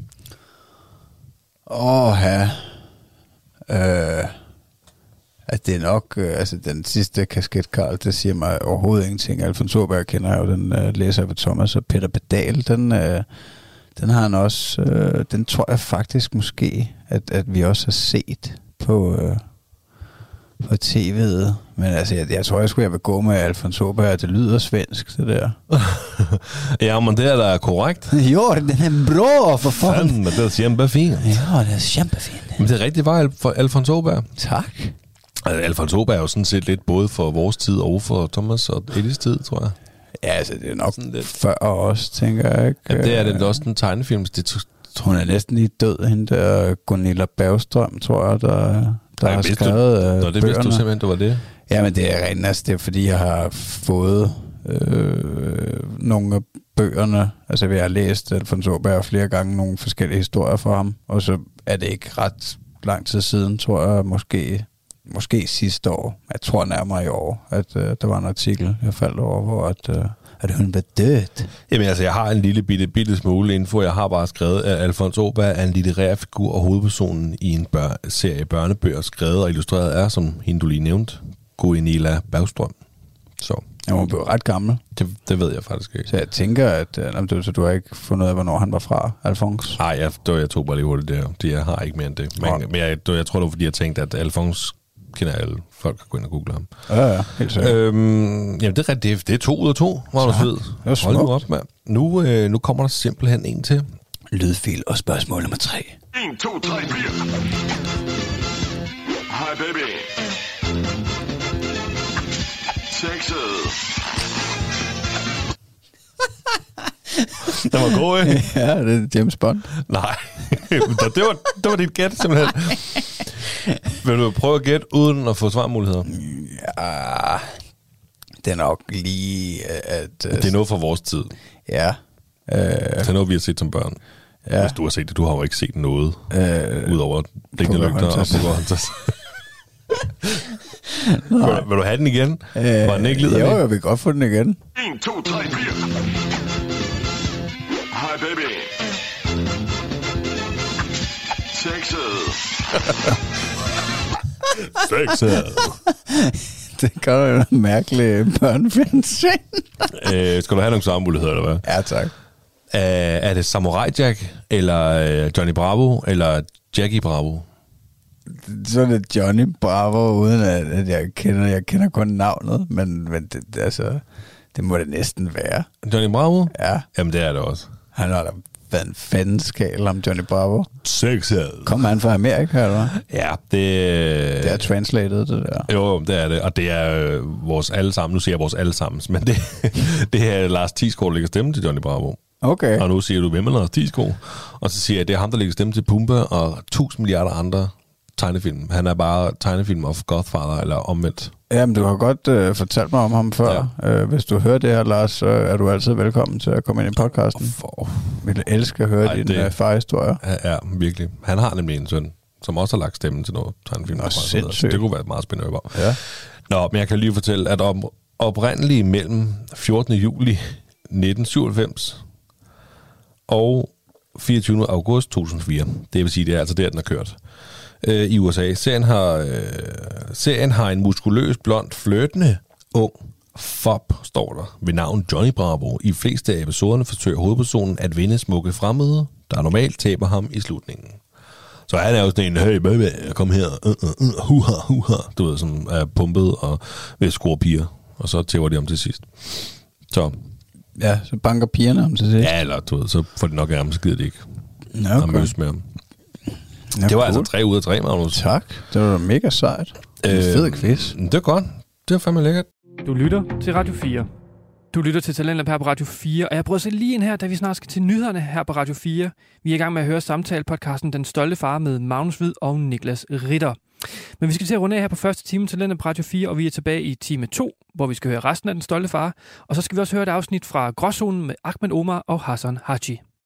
Speaker 2: Åh, ja. Øh, at det er nok, øh, altså den sidste Kasket Karl, det siger mig overhovedet ingenting. Alfons Åberg kender jeg jo, den øh, læser ved Thomas, og Peter Pedal, den... Øh, Den har han også, øh, den tror jeg faktisk måske, at, at vi også har set på, øh, på tv'et. Men altså, jeg, jeg tror, jeg skulle jeg vil gå med Alfons Åberg, det lyder svensk, det der.
Speaker 3: Ja, men det er da korrekt.
Speaker 2: Jo, den er bra, for fanden.
Speaker 3: Fanden, det er kæmpefint.
Speaker 2: Ja, det er kæmpefint.
Speaker 3: Men det er rigtigt, var for Alfons Åberg.
Speaker 2: Tak.
Speaker 3: Altså, Alfons Åberg er jo sådan set lidt både for vores tid og for Thomas og Eddies tid, tror jeg.
Speaker 2: Ja, altså, det er nok før os, tænker jeg ikke.
Speaker 3: Ja, det er det også en tegnefilm. Det
Speaker 2: hun er næsten lige død, hende der Gunilla Bergstrøm, tror jeg, der, der
Speaker 3: Ej,
Speaker 2: har
Speaker 3: vidste
Speaker 2: skrevet
Speaker 3: du,
Speaker 2: øh,
Speaker 3: Nå, det vidste du simpelthen, det var det?
Speaker 2: Ja, men det er rent, altså, det er fordi, jeg har fået øh, nogle af bøgerne, altså vi har læst Alfons Åberg flere gange nogle forskellige historier fra ham, og så er det ikke ret lang tid siden, tror jeg, måske... Måske sidste år, jeg tror nærmere i år, at øh, der var en artikel, jeg faldt over, hvor at, øh, at hun var død.
Speaker 3: Jamen altså, jeg har en lille bitte, bitte smule info. Jeg har bare skrevet, at Alfons Åberg er en litterær figur og hovedpersonen i en bør- serie børnebøger, skrevet og illustreret er, som hende du lige nævnte, Gunilla Bergstrøm. Så.
Speaker 2: Ja, hun blev ret gammel.
Speaker 3: Det, det ved jeg faktisk ikke.
Speaker 2: Så jeg tænker, at øh, du, så du har ikke fundet ud af, hvornår han var fra, Alfons?
Speaker 3: Nej, jeg, jeg tog bare lige hurtigt der. Det, jeg har ikke mere end det. Men, ja. men jeg, jeg tror, det var, fordi jeg tænkte, at Alfons kender alle. Folk kan gå ind og google ham.
Speaker 2: Ja, ja, helt sikkert.
Speaker 3: Øhm, jamen, det er, det, det er to ud af to, var du fed. Hold nu op, mand. Nu, øh, nu kommer der simpelthen en til.
Speaker 2: Lydfil og spørgsmål nummer tre.
Speaker 5: en, to, tre, fire. Hej, baby. Sexet.
Speaker 3: Den var god, ikke?
Speaker 2: Ja, det er James Bond.
Speaker 3: Nej, det var, det var dit gæt, simpelthen. Vil du prøve at gætte uden at få svarmuligheder?
Speaker 2: Ja, det er nok lige at...
Speaker 3: Det er noget fra vores tid.
Speaker 2: Ja.
Speaker 3: Øh, det er noget, vi har set som børn. Ja. Hvis du har set det, du har jo ikke set noget, øh, udover Blinkende Lygter og Pocahontas. vil, vil du have den igen? Øh, Var den ikke lider?
Speaker 2: Jo, jeg vil godt få den igen.
Speaker 5: en, to, tre, fire. Hej, baby. Sexet.
Speaker 3: Sexet.
Speaker 2: Det gør jo en mærkelig børnefjernsyn.
Speaker 3: øh, skal du have nogle svarmuligheder, eller hvad?
Speaker 2: Ja, tak.
Speaker 3: Uh, er det Samurai Jack, eller uh, Johnny Bravo, eller Jackie Bravo?
Speaker 2: Så er det Johnny Bravo, uden at, at jeg kender jeg kender kun navnet, men, men det, det, altså, det må det næsten være.
Speaker 3: Johnny Bravo?
Speaker 2: Ja.
Speaker 3: Jamen, det er det også.
Speaker 2: Han har da været en fanskal om Johnny Bravo.
Speaker 3: Sexet.
Speaker 2: Kommer han fra Amerika, eller hvad?
Speaker 3: Ja, det...
Speaker 2: Det er translated, det der.
Speaker 3: Jo, det er det. Og det er øh, vores allesammen. Nu siger jeg vores allesammens, men det, det er Lars Thiesgaard, der lægger stemme til Johnny Bravo.
Speaker 2: Okay.
Speaker 3: Og nu siger du, hvem er Lars Thiesgaard? Og så siger jeg, det er ham, der lægger stemme til Pumba og tusind milliarder andre tegnefilm. Han er bare tegnefilm of Godfather, eller omvendt.
Speaker 2: Jamen, du har godt øh, fortalt mig om ham før. Ja. Øh, hvis du hører det her, Lars, så er du altid velkommen til at komme ind i podcasten. For... Jeg vil elske at høre Ej, din det... farhistorie.
Speaker 3: Ja, ja, virkelig. Han har nemlig en søn, som også har lagt stemmen til noget tegnefilm.
Speaker 2: Nå,
Speaker 3: så det kunne være meget spændende. Ja. Nå, men jeg kan lige fortælle, at om, oprindeligt mellem fjortende juli nitten syvoghalvfems og fireogtyvende august to tusind og fire, det vil sige, det er altså der, den er kørt, øh, i U S A. Serien har, øh, serien har en muskuløs, blond, flirtende ung fob, står der, ved navn Johnny Bravo. I fleste af episoderne forsøger hovedpersonen at vinde smukke fremmede, der normalt taber ham i slutningen. Så han er jo sådan en, hey baby, kom her, uh, uh, uh, huha, huha, du ved, som er pumpet og vil score piger, og så tæver de om til sidst. Så.
Speaker 2: Ja, så banker pigerne om til sidst.
Speaker 3: Ja, eller du ved, så får de nok ærme, så gider de ikke.
Speaker 2: Ja, okay.
Speaker 3: At mødes med ham.
Speaker 2: Ja,
Speaker 3: det var
Speaker 2: cool.
Speaker 3: altså tre ud af tre, Magnus.
Speaker 2: Tak, det var mega sejt. Det er en fed quiz.
Speaker 3: Det var godt. Det var fandme lækkert.
Speaker 1: Du lytter til Radio fire. Du lytter til Talentlab her på Radio fire, og jeg prøver at se lige ind her, da vi snart skal til nyhederne her på Radio fire. Vi er i gang med at høre samtale-podcasten Den Stolte Far med Magnus Hvid og Niklas Ritter. Men vi skal til at runde af her på første time Talentlab på Radio fire, og vi er tilbage i time to, hvor vi skal høre resten af Den Stolte Far. Og så skal vi også høre et afsnit fra Gråzonen med Ahmed Omar og Hassan Haji.